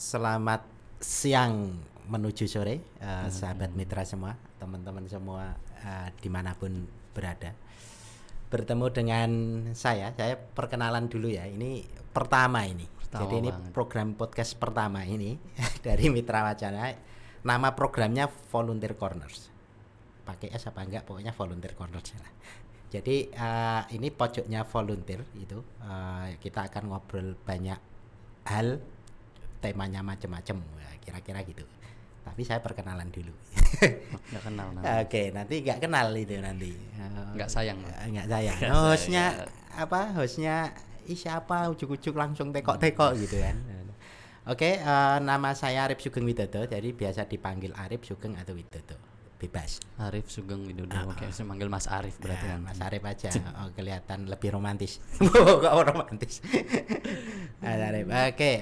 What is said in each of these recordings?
Selamat siang menuju sore, sahabat mitra semua, teman-teman semua dimanapun berada. Bertemu dengan saya perkenalan dulu ya. Ini pertama ini. Jadi ini banget. program podcast pertama ini dari Mitra Wacana. Nama programnya Volunteer Corners. Pakai S apa enggak? Pokoknya Volunteer Corners lah. Jadi ini pojoknya volunteer itu. Kita akan ngobrol banyak hal, temanya macam-macam, kira-kira gitu. Tapi saya perkenalan dulu. Nggak kenal nanti. Oke, nanti nggak kenal itu nanti. Nggak sayang. Nggak sayang. Hostnya apa? Hostnya siapa? Ujuk-ujuk langsung tekok-tekok gitu kan. Oke, nama saya Arif Sugeng Widodo. Jadi biasa dipanggil Arif Sugeng atau Widodo. Bebas. Arif Sugeng Widodo. Oke, saya manggil Mas Arif berarti kan. Mas Arif aja. Kelihatan lebih romantis. Kok romantis? Mas Arif. Oke,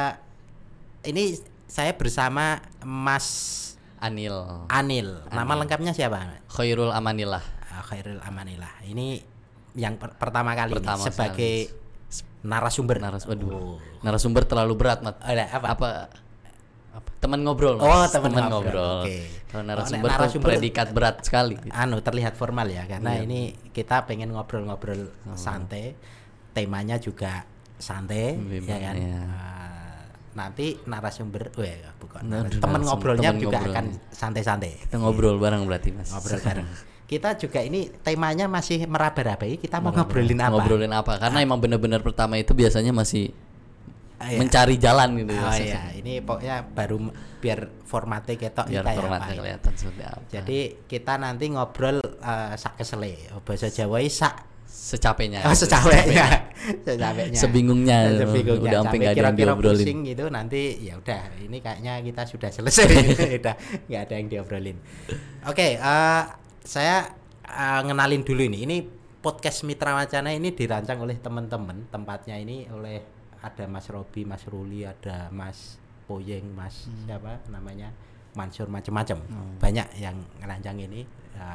ini saya bersama Mas Anil. Nama lengkapnya siapa? Khairul Amanillah. Khairul Amanillah. Ini yang pertama kali ini, Pertama sebagai narasumber. Narasumber terlalu berat, Mat. Apa? Teman ngobrol. Oh, teman ngobrol. Oke. Kalau narasumber tuh predikat berat sekali. Terlihat formal ya, karena ini kita pengen ngobrol-ngobrol santai. Temanya juga santai, ya kan? Ya. Nanti narasumber, teman ngobrolnya juga akan santai-santai. Kita ngobrol bareng berarti, Mas. Ngobrol bareng. Kita juga ini temanya masih meraba-rabai. Kita mau ngobrolin apa? Ngobrolin apa? Karena emang benar-benar pertama itu biasanya masih mencari jalan gitu. Oh iya, ini pokoknya baru biar formatnya ketok biar kita formatnya ya, kelihatan seperti apa. Jadi kita nanti ngobrol sak kesele, bahasa Jawa sak secapeknya. Secapeknya. Sebingungnya. Udah sampai enggak ada yang diobrolin pusing gitu, nanti ya udah, ini kayaknya kita sudah selesai. Udah enggak ada yang diobrolin. Oke, saya ngenalin dulu ini. Ini podcast Mitra Wacana ini dirancang oleh teman-teman. Tempatnya ini oleh ada Mas Robi, Mas Ruli, ada Mas Poyeng, Mas siapa namanya, Mansur, macam-macam. Banyak yang ngerancang ini,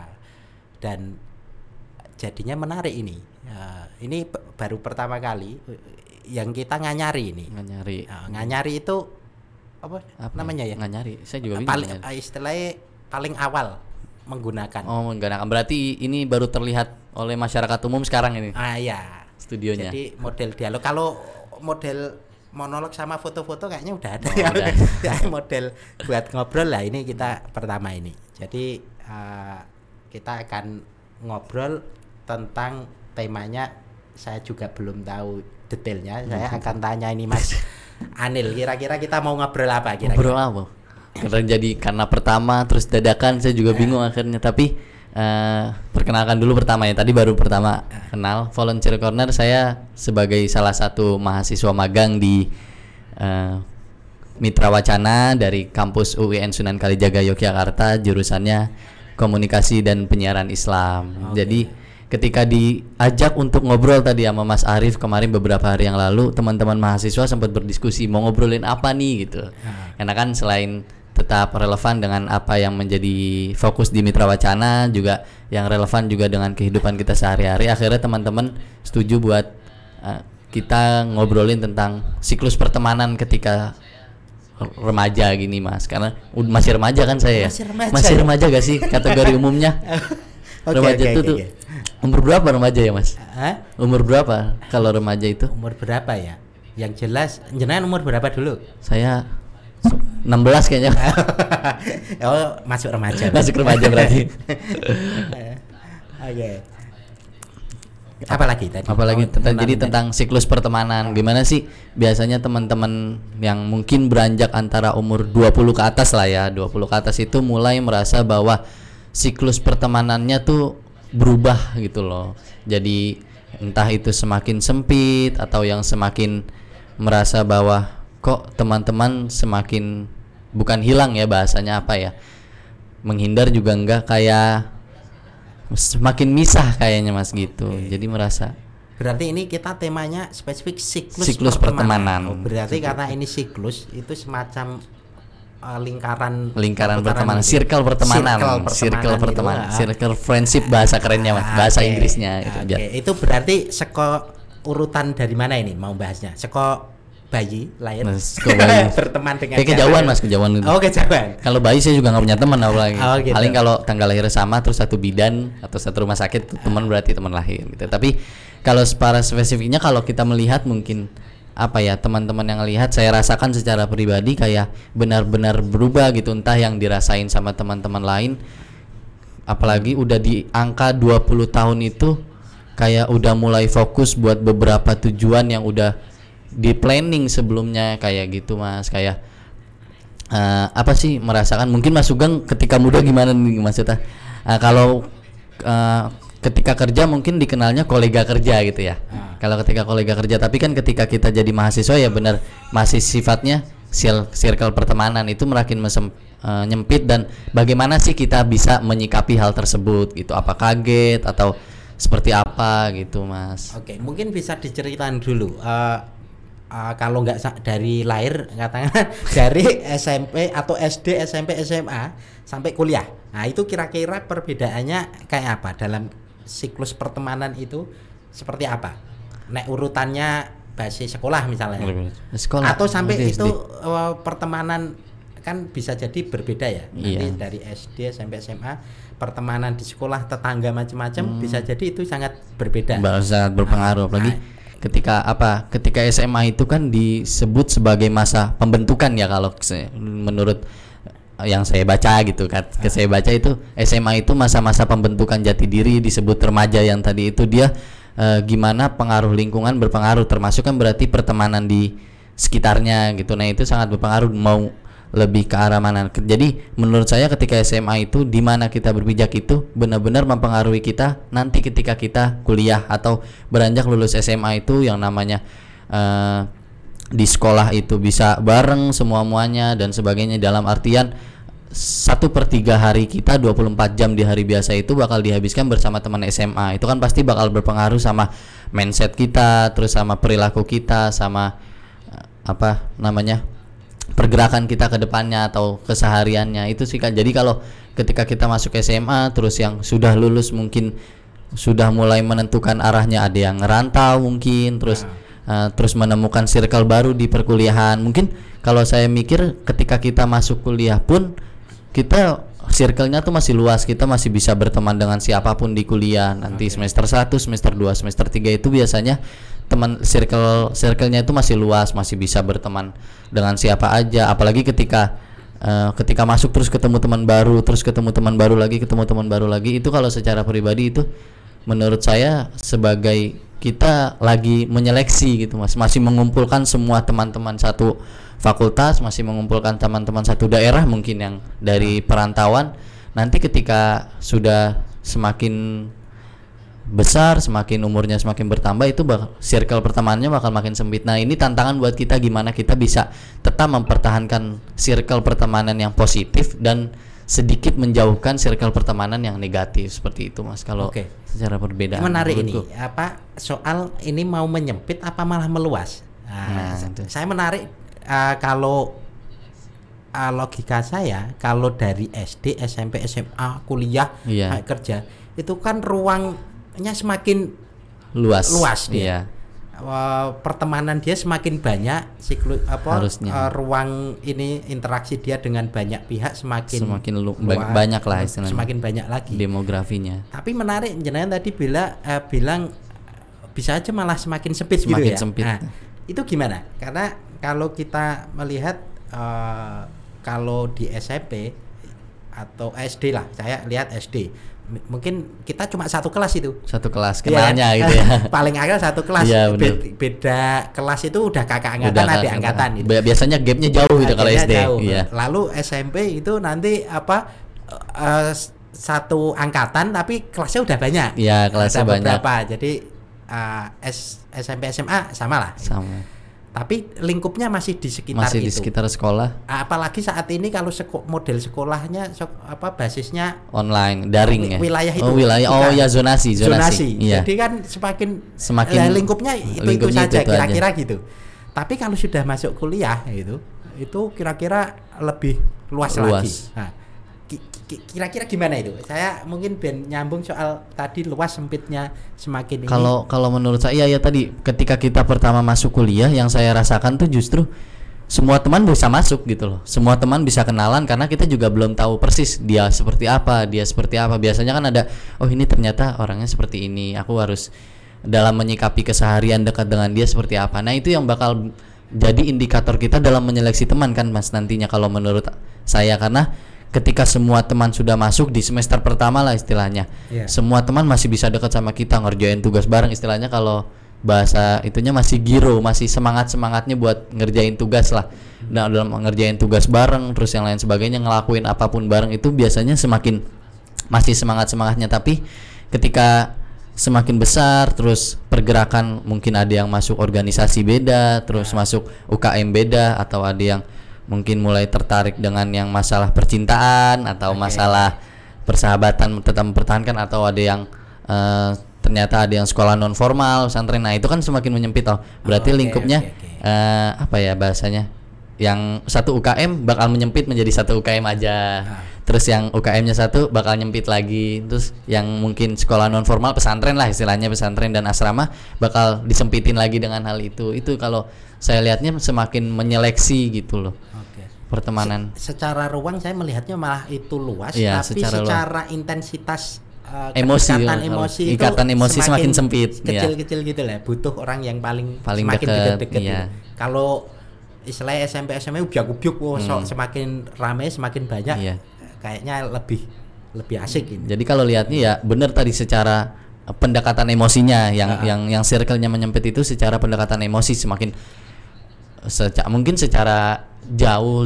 dan jadinya menarik ini. Ini baru pertama kali yang kita nganyari ini. Nganyari itu apa namanya ya? Nganyari. Saya juga bingung. Istilahnya paling awal menggunakan. Menggunakan. Berarti ini baru terlihat oleh masyarakat umum sekarang ini. Iya. Studionya. Jadi model dialog. Kalau model monolog sama foto-foto kayaknya udah ada. Ya, model buat ngobrol lah ini kita pertama ini. Jadi kita akan ngobrol tentang temanya. Saya juga belum tahu detailnya. Saya akan tanya ini Mas Anil, kira-kira kita mau ngobrol apa kira-kira? Ngobrol apa? Karena pertama terus dadakan saya juga bingung akhirnya. Tapi perkenalkan dulu pertama ya. Tadi baru pertama kenal. Volunteer Corner, saya sebagai salah satu mahasiswa magang di Mitra Wacana dari kampus UIN Sunan Kalijaga Yogyakarta, jurusannya Komunikasi dan Penyiaran Islam. Jadi ketika diajak untuk ngobrol tadi sama Mas Arif kemarin beberapa hari yang lalu, teman-teman mahasiswa sempat berdiskusi mau ngobrolin apa nih gitu. Karena kan selain tetap relevan dengan apa yang menjadi fokus di Mitra Wacana, juga yang relevan juga dengan kehidupan kita sehari-hari. Akhirnya teman-teman setuju buat kita ngobrolin tentang siklus pertemanan ketika remaja gini, Mas. Karena masih remaja kan saya ya. Masih remaja gak sih kategori umumnya? Remaja itu umur berapa remaja ya, Mas? Umur berapa kalau remaja itu? Umur berapa ya? Yang jelas jenengan umur berapa dulu? Saya 16 kayaknya. Oh, masuk remaja. Masuk remaja berarti. Oke. Apalagi tadi? Tentang siklus pertemanan. Gimana sih biasanya teman-teman yang mungkin beranjak antara umur 20 ke atas lah ya, 20 ke atas itu mulai merasa bahwa siklus pertemanannya tuh berubah gitu loh. Jadi entah itu semakin sempit atau yang semakin merasa bahwa kok teman-teman semakin bukan hilang ya, bahasanya apa ya, menghindar juga enggak, kayak semakin misah kayaknya, Mas, gitu. Jadi merasa. Berarti ini kita temanya spesifik siklus pertemanan. Berarti karena ini siklus itu semacam lingkaran pertemanan, circle pertemanan, circle friendship bahasa kerennya, Mas, bahasa Inggrisnya itu. Itu berarti urutan dari mana ini mau bahasnya? bayi lahir Mas, kok bayi? berteman dengan Kayak kejauhan Mas, kejauhan gitu. Oh, kejauhan. Kalau bayi saya juga nggak punya teman apalagi. Oh, gitu. Paling kalau tanggal lahir sama terus satu bidan atau satu rumah sakit teman berarti teman lahir gitu. Tapi kalau secara spesifiknya kalau kita melihat mungkin apa ya, teman-teman yang lihat saya rasakan secara pribadi kayak benar-benar berubah gitu, entah yang dirasain sama teman-teman lain. Apalagi udah di angka 20 tahun itu kayak udah mulai fokus buat beberapa tujuan yang udah di planning sebelumnya kayak gitu Mas. Kayak apa sih merasakan, mungkin Mas Sugeng ketika muda gimana nih maksudnya? Kalau ketika kerja mungkin dikenalnya kolega kerja gitu ya. Kalau ketika kolega kerja, tapi kan ketika kita jadi mahasiswa ya benar masih sifatnya circle pertemanan itu makin nyempit. Dan bagaimana sih kita bisa menyikapi hal tersebut gitu? Apa kaget atau seperti apa gitu Mas? Oke, mungkin bisa diceritain dulu. Kalau nggak dari lahir katakan dari SMP atau SD, SMP, SMA sampai kuliah. Nah, itu kira-kira perbedaannya kayak apa dalam siklus pertemanan itu seperti apa? Nek urutannya basis sekolah misalnya. Sekolah atau sampai SD. itu pertemanan kan bisa jadi berbeda ya. Nanti dari SD sampai SMA pertemanan di sekolah, tetangga macam-macam bisa jadi itu sangat berbeda. Sangat berpengaruh apalagi ketika SMA itu kan disebut sebagai masa pembentukan ya kalau menurut yang saya baca gitu kan. Saya baca itu SMA itu masa-masa pembentukan jati diri, disebut remaja yang tadi itu dia gimana pengaruh lingkungan berpengaruh, termasuk kan berarti pertemanan di sekitarnya gitu. Nah, itu sangat berpengaruh mau lebih ke arah mana. Jadi menurut saya ketika SMA itu di mana kita berpijak itu benar-benar mempengaruhi kita nanti ketika kita kuliah atau beranjak lulus SMA itu yang namanya di sekolah itu bisa bareng semuanya dan sebagainya, dalam artian 1/3 hari kita 24 jam di hari biasa itu bakal dihabiskan bersama teman SMA. Itu kan pasti bakal berpengaruh sama mindset kita, terus sama perilaku kita, sama pergerakan kita ke depannya atau kesehariannya itu sih kan. Jadi kalau ketika kita masuk SMA terus yang sudah lulus mungkin sudah mulai menentukan arahnya, ada yang ngerantau mungkin terus menemukan circle baru di perkuliahan. Mungkin kalau saya mikir ketika kita masuk kuliah pun kita circle-nya tuh masih luas, kita masih bisa berteman dengan siapapun di kuliah. Nanti semester 1, semester 2, semester 3 itu biasanya teman circle-nya itu masih luas, masih bisa berteman dengan siapa aja. Apalagi ketika masuk terus ketemu teman baru, terus ketemu teman baru lagi, itu kalau secara pribadi itu menurut saya sebagai kita lagi menyeleksi gitu Mas, masih mengumpulkan semua teman-teman satu fakultas, masih mengumpulkan teman-teman satu daerah mungkin yang dari perantauan. Nanti ketika sudah semakin besar, semakin umurnya semakin bertambah, itu circle pertemanannya bakal makin sempit. Nah, ini tantangan buat kita gimana kita bisa tetap mempertahankan circle pertemanan yang positif dan sedikit menjauhkan circle pertemanan yang negatif seperti itu Mas. Kalau secara perbedaan menarik ini soal ini mau menyempit apa malah meluas. Saya menarik kalau logika saya kalau dari SD, SMP, SMA, kuliah, kerja itu kan ruangnya semakin luas dia. Pertemanan dia semakin banyak, ruang ini interaksi dia dengan banyak pihak semakin banyak lah istilahnya, semakin banyak lagi demografinya. Tapi menarik jenengan tadi bilang bisa aja malah semakin sempit gitu ya. Nah, itu gimana? Karena kalau kita melihat kalau di SMP atau SD lah, saya lihat SD mungkin kita cuma satu kelas kenalnya gitu ya. Paling akal satu kelas, beda kelas itu udah kakak angkatan, adik angkatan gitu. Biasanya gapnya jauh gitu kalau SD Lalu SMP itu nanti satu angkatan tapi kelasnya udah banyak kelasnya banyak beberapa. Jadi SMP SMA sama. Tapi lingkupnya masih di sekitar di sekitar sekolah. Apalagi saat ini kalau model sekolahnya basisnya online, daring wilayah itu. Zonasi. Jadi kan semakin lingkupnya itu saja kira-kira gitu. Tapi kalau sudah masuk kuliah itu kira-kira lebih luas. Lagi. Nah, Kira-kira gimana itu? Saya mungkin ben nyambung soal tadi luas sempitnya semakin ini. Kalau menurut saya ya tadi ketika kita pertama masuk kuliah yang saya rasakan tuh justru semua teman bisa masuk gitu loh. Semua teman bisa kenalan karena kita juga belum tahu persis dia seperti apa. Biasanya kan ada oh ini ternyata orangnya seperti ini. Aku harus dalam menyikapi keseharian dekat dengan dia seperti apa. Nah, itu yang bakal jadi indikator kita dalam menyeleksi teman kan Mas nantinya kalau menurut saya, karena ketika semua teman sudah masuk di semester pertama lah istilahnya, semua teman masih bisa dekat sama kita, ngerjain tugas bareng istilahnya, kalau bahasa itunya masih giro, masih semangatnya buat ngerjain tugas lah. Nah, dalam ngerjain tugas bareng terus yang lain sebagainya, ngelakuin apapun bareng, itu biasanya masih semangatnya. Tapi ketika semakin besar, terus pergerakan mungkin ada yang masuk organisasi beda, terus masuk UKM beda, atau ada yang mungkin mulai tertarik dengan yang masalah percintaan atau masalah persahabatan tetap mempertahankan, atau ada yang ternyata ada yang sekolah non formal, pesantren. Nah, itu kan semakin menyempit berarti lingkupnya apa ya bahasanya, yang satu UKM bakal menyempit menjadi satu UKM aja. Terus yang UKM-nya satu bakal nyempit lagi. Terus yang mungkin sekolah non formal, pesantren lah istilahnya, pesantren dan asrama bakal disempitin lagi dengan hal itu. Itu kalau saya lihatnya semakin menyeleksi gitu loh. Pertemanan. Secara ruang saya melihatnya malah itu luas, tapi secara intensitas ikatan emosi semakin sempit. Kecil-kecil gitu lah. Butuh orang yang paling semakin dekat-dekat. Gitu. Kalau istilahnya SMP SMA ubyuk-ubyuk, semakin ramai semakin banyak. Kayaknya lebih asik ini. Jadi kalau lihatnya ya benar tadi, secara pendekatan emosinya yang circle-nya menyempit itu, secara pendekatan emosi semakin mungkin secara jauh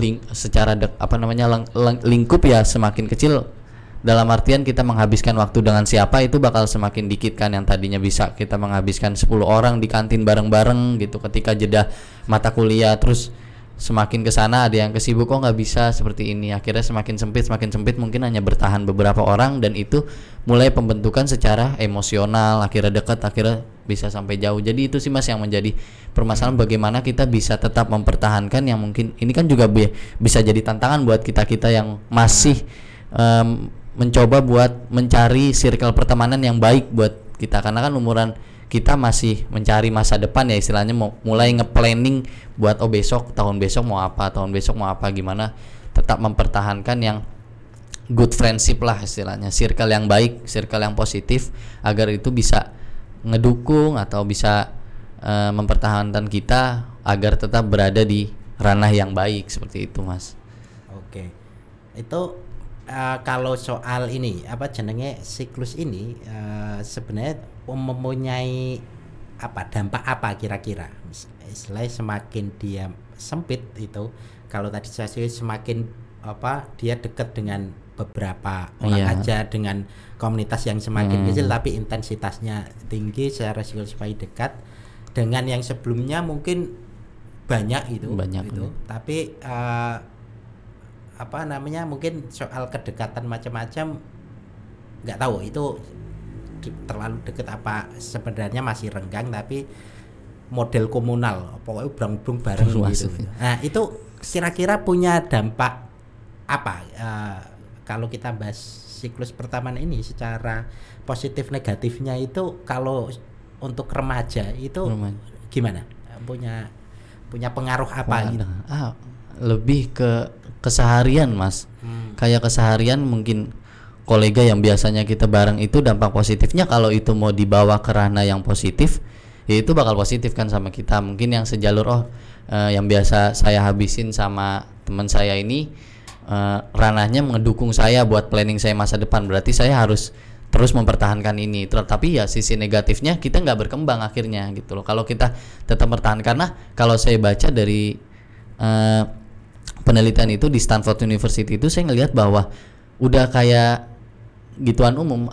lingkup ya semakin kecil, dalam artian kita menghabiskan waktu dengan siapa itu bakal semakin dikit kan. Yang tadinya bisa kita menghabiskan 10 orang di kantin bareng-bareng gitu, ketika jeda mata kuliah terus semakin kesana ada yang kesibuk, kok nggak bisa seperti ini, akhirnya semakin sempit, mungkin hanya bertahan beberapa orang, dan itu mulai pembentukan secara emosional, akhirnya dekat, akhirnya bisa sampai jauh. Jadi itu sih Mas yang menjadi permasalahan, bagaimana kita bisa tetap mempertahankan, yang mungkin ini kan juga bisa jadi tantangan buat kita yang masih mencoba buat mencari circle pertemanan yang baik buat kita, karena kan umuran kita masih mencari masa depan ya istilahnya, mau mulai nge-planning buat tahun besok mau apa, gimana tetap mempertahankan yang good friendship lah istilahnya, circle yang baik, circle yang positif, agar itu bisa ngedukung atau bisa mempertahankan kita agar tetap berada di ranah yang baik, seperti itu Mas. Oke. Itu kalau soal ini apa jenenge siklus ini sebenarnya mempunyai dampak apa kira-kira? Istilahnya semakin dia sempit itu, kalau tadi saya semakin dia dekat dengan beberapa orang aja, dengan komunitas yang semakin kecil tapi intensitasnya tinggi, saya resiko supaya dekat dengan yang sebelumnya mungkin banyak itu. Tapi mungkin soal kedekatan macam-macam nggak tahu itu terlalu dekat apa sebenarnya masih renggang, tapi model komunal pokoknya berang-berang bareng gitu. Nah, itu kira-kira punya dampak apa kalau kita bahas siklus pertemanan ini secara positif negatifnya itu, kalau untuk remaja itu gimana? Punya pengaruh apa gitu? Lebih ke keseharian Mas. Kayak keseharian mungkin kolega yang biasanya kita bareng itu dampak positifnya, kalau itu mau dibawa ke ranah yang positif ya itu bakal positif kan sama kita. Mungkin yang sejalur yang biasa saya habisin sama teman saya ini ranahnya mendukung saya buat planning saya masa depan, berarti saya harus terus mempertahankan ini. Tapi ya sisi negatifnya kita nggak berkembang akhirnya gitu loh kalau kita tetap bertahan. Karena kalau saya baca dari penelitian itu di Stanford University itu, saya ngelihat bahwa udah kayak gituan umum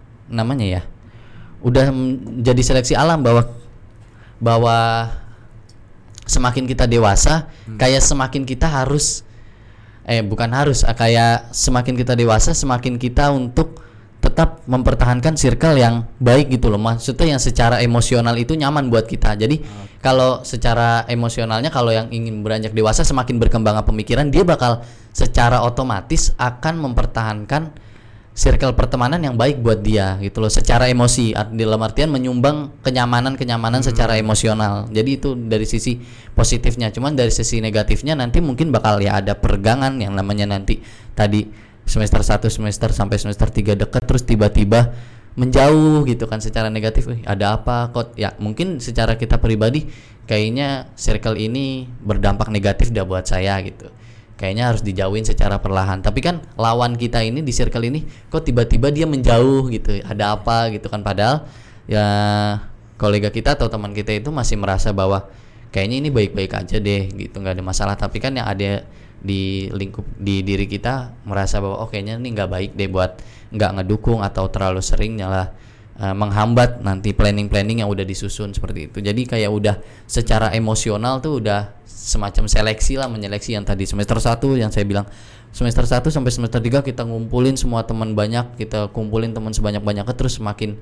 udah jadi seleksi alam bahwa semakin kita dewasa kayak semakin kita harus kayak semakin kita dewasa semakin kita untuk tetap mempertahankan circle yang baik gitu loh, maksudnya yang secara emosional itu nyaman buat kita. Jadi kalau secara emosionalnya, kalau yang ingin beranjak dewasa semakin berkembang pemikiran, dia bakal secara otomatis akan mempertahankan circle pertemanan yang baik buat dia gitu loh, secara emosi, dalam artian menyumbang kenyamanan secara emosional. Jadi itu dari sisi positifnya. Cuman dari sisi negatifnya nanti mungkin bakal ya ada peregangan yang namanya nanti tadi semester 1 semester sampai semester 3 dekat terus tiba-tiba menjauh gitu kan secara negatif. Ada apa kok ya, mungkin secara kita pribadi kayaknya circle ini berdampak negatif dah buat saya gitu, kayaknya harus dijauhin secara perlahan. Tapi kan lawan kita ini di circle ini kok tiba-tiba dia menjauh gitu, ada apa gitu kan, padahal ya kolega kita atau teman kita itu masih merasa bahwa kayaknya ini baik-baik aja deh gitu, nggak ada masalah. Tapi kan yang ada di lingkup di diri kita merasa bahwa oh kayaknya ini nggak baik deh, buat nggak ngedukung atau terlalu sering nyala menghambat nanti planning yang udah disusun seperti itu. Jadi kayak udah secara emosional tuh udah semacam seleksi lah, menyeleksi yang tadi semester 1 yang saya bilang, semester 1 sampai semester 3 kita ngumpulin semua teman banyak, kita kumpulin teman sebanyak-banyaknya, terus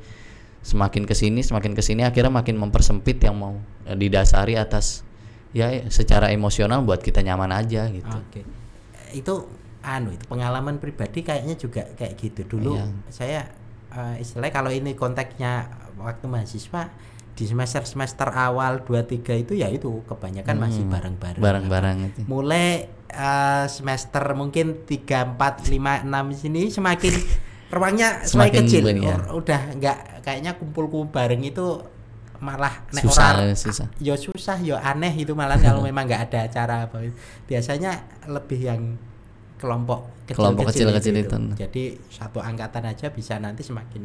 semakin kesini akhirnya makin mempersempit yang mau didasari atas ya secara emosional buat kita nyaman aja gitu. Oke. Itu itu pengalaman pribadi kayaknya juga kayak gitu dulu. Iya. Saya istilahnya kalau ini konteksnya waktu mahasiswa di semester awal 2-3 itu ya itu kebanyakan masih bareng-bareng itu. Mulai semester mungkin 3, 4, 5, 6 sini semakin ruangnya semakin kecil. Udah enggak, kayaknya kumpul-kumpul bareng itu malah susah. Ya susah, ya aneh itu malah kalau memang enggak ada acara apa. Biasanya lebih yang kelompok kecil-kecil itu. Jadi satu angkatan aja bisa nanti semakin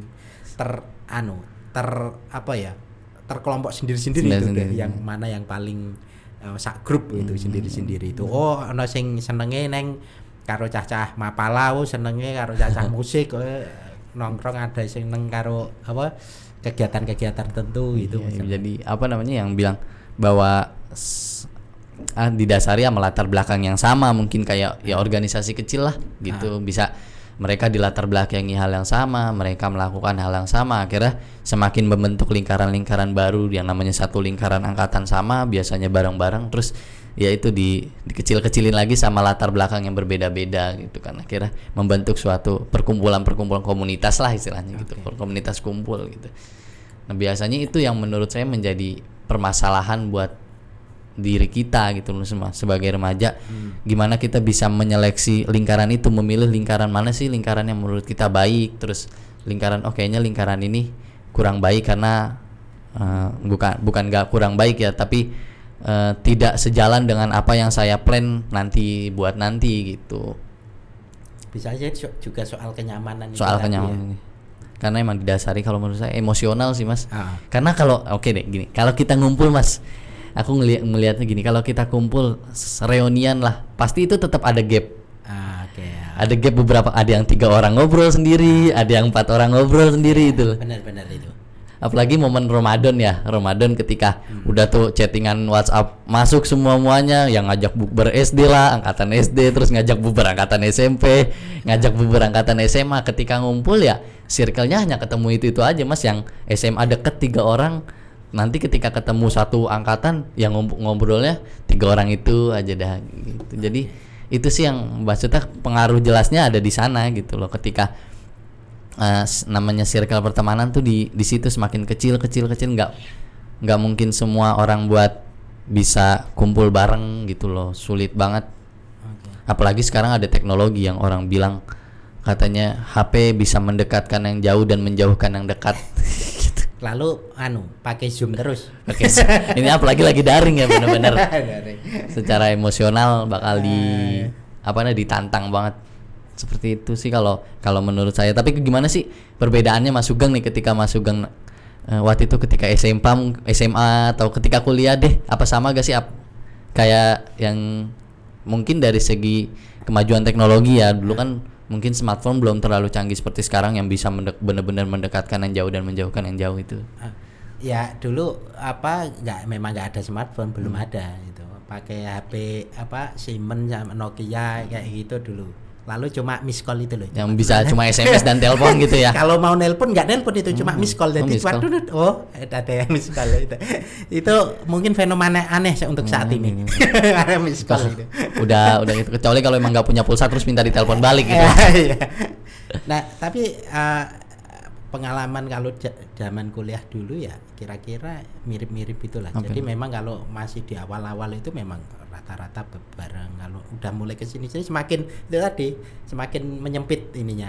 terkelompok sendiri-sendiri itu deh, yang mana yang paling sak grup itu sendiri-sendiri itu. Oh, ana sing senenge neng karo cacah mapala, senenge karo cacah musik, nongkrong ada sing neng karo apa kegiatan-kegiatan tertentu gitu. Jadi apa namanya yang bilang bahwa didasari sama latar belakang yang sama, mungkin kayak ya organisasi kecil lah gitu. Bisa mereka di latar belakangi hal yang sama, mereka melakukan hal yang sama, akhirnya semakin membentuk lingkaran-lingkaran baru yang namanya satu lingkaran angkatan sama, biasanya bareng-bareng, terus ya itu dikecil-kecilin lagi sama latar belakang yang berbeda-beda gitu kan, akhirnya membentuk suatu perkumpulan komunitas lah istilahnya gitu, komunitas kumpul gitu. Nah biasanya itu yang menurut saya menjadi permasalahan buat diri kita gitu loh semua sebagai remaja. Gimana kita bisa menyeleksi lingkaran itu, memilih lingkaran mana sih lingkaran yang menurut kita baik, terus lingkaran kayaknya lingkaran ini kurang baik karena bukan gak kurang baik ya, tapi tidak sejalan dengan apa yang saya plan nanti buat nanti gitu. Bisa aja juga soal kenyamanan ya. Karena emang didasari kalau menurut saya emosional sih mas. Karena kalau gini, kalau kita ngumpul mas, aku melihatnya gini, kalau kita kumpul reunian lah, pasti itu tetap ada gap. Ada gap beberapa, ada yang 3 orang ngobrol sendiri, ada yang 4 orang ngobrol sendiri itu. Benar itu. Apalagi momen Ramadan ya, Ramadan ketika udah tuh chattingan WhatsApp masuk semuanya, yang ngajak bukber SD lah, angkatan SD, terus ngajak bukber angkatan SMP, ngajak bukber angkatan SMA. Ketika ngumpul ya, circle-nya hanya ketemu itu aja mas, yang SMA deket 3 orang. Nanti ketika ketemu satu angkatan yang ngobrolnya 3 orang itu aja dah gitu. Jadi itu sih yang maksudnya pengaruh jelasnya ada di sana gitu loh, ketika namanya circle pertemanan tuh di situ semakin kecil nggak mungkin semua orang buat bisa kumpul bareng gitu loh, sulit banget. Apalagi sekarang ada teknologi yang orang bilang katanya HP bisa mendekatkan yang jauh dan menjauhkan yang dekat. Lalu pakai Zoom terus. Ini apalagi lagi daring ya, benar-benar. Secara emosional bakal ditantang banget. Seperti itu sih kalau menurut saya. Tapi gimana sih perbedaannya Mas Sugeng nih, ketika Mas Sugeng waktu itu ketika SMA atau ketika kuliah deh, apa sama gak sih kayak yang mungkin dari segi kemajuan teknologi ya, dulu kan mungkin smartphone belum terlalu canggih seperti sekarang yang bisa benar-benar mendekatkan yang jauh dan menjauhkan yang jauh itu. Ya dulu memang nggak ada smartphone, belum ada itu. Pakai HP Siemens sama Nokia kayak gitu dulu. Lalu cuma miss call itu loh. Yang bisa cuma SMS dan telepon gitu ya. Kalau mau nelpon nggak nelpon itu cuma miss call. Jadi miss call. ada yang miss call itu. Itu mungkin fenomena aneh untuk saat ini. Ada miss call itu. Udah gitu. Kecuali kalau emang nggak punya pulsa terus minta ditelepon balik gitu. Iya. Nah, tapi pengalaman kalau zaman kuliah dulu ya kira-kira mirip-mirip itulah. Jadi memang kalau masih di awal-awal itu memang rata-rata bareng. Kalau udah mulai kesini semakin itu tadi semakin menyempit ininya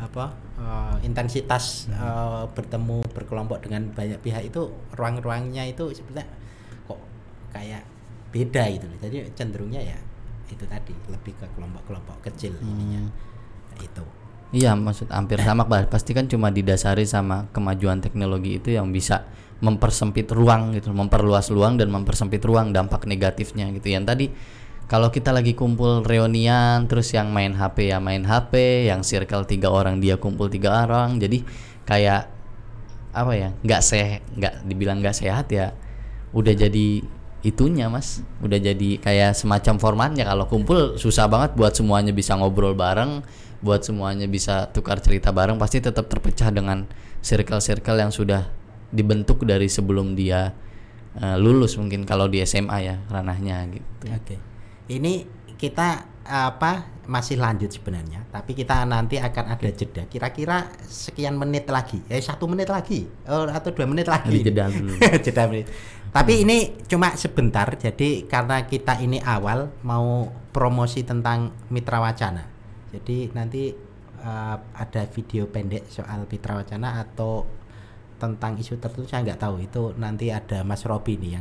intensitas bertemu berkelompok dengan banyak pihak itu ruang-ruangnya itu sebenarnya kok kayak beda gitu. Jadi cenderungnya ya itu tadi lebih ke kelompok-kelompok kecil ininya itu. Iya, maksud hampir sama, pasti kan cuma didasari sama kemajuan teknologi itu yang bisa mempersempit ruang gitu, memperluas ruang dan mempersempit ruang, dampak negatifnya gitu. Yang tadi kalau kita lagi kumpul reunian terus yang main HP ya main HP, yang circle 3 orang dia kumpul 3 orang, jadi kayak apa ya, nggak dibilang nggak sehat ya, udah jadi itunya Mas, udah jadi kayak semacam formatnya. Kalau kumpul susah banget buat semuanya bisa ngobrol bareng, buat semuanya bisa tukar cerita bareng, pasti tetap terpecah dengan circle-circle yang sudah dibentuk dari sebelum dia lulus, mungkin kalau di SMA ya ranahnya gitu. Oke. Ini kita masih lanjut sebenarnya, tapi kita nanti akan ada jeda kira-kira sekian menit lagi, 1 menit lagi atau 2 menit lagi. Jeda dulu. Jeda menit. Tapi ini cuma sebentar, jadi karena kita ini awal mau promosi tentang Mitra Wacana. Jadi nanti ada video pendek soal Mitra Wacana atau tentang isu tertentu saya nggak tahu, itu nanti ada Mas Robi nih yang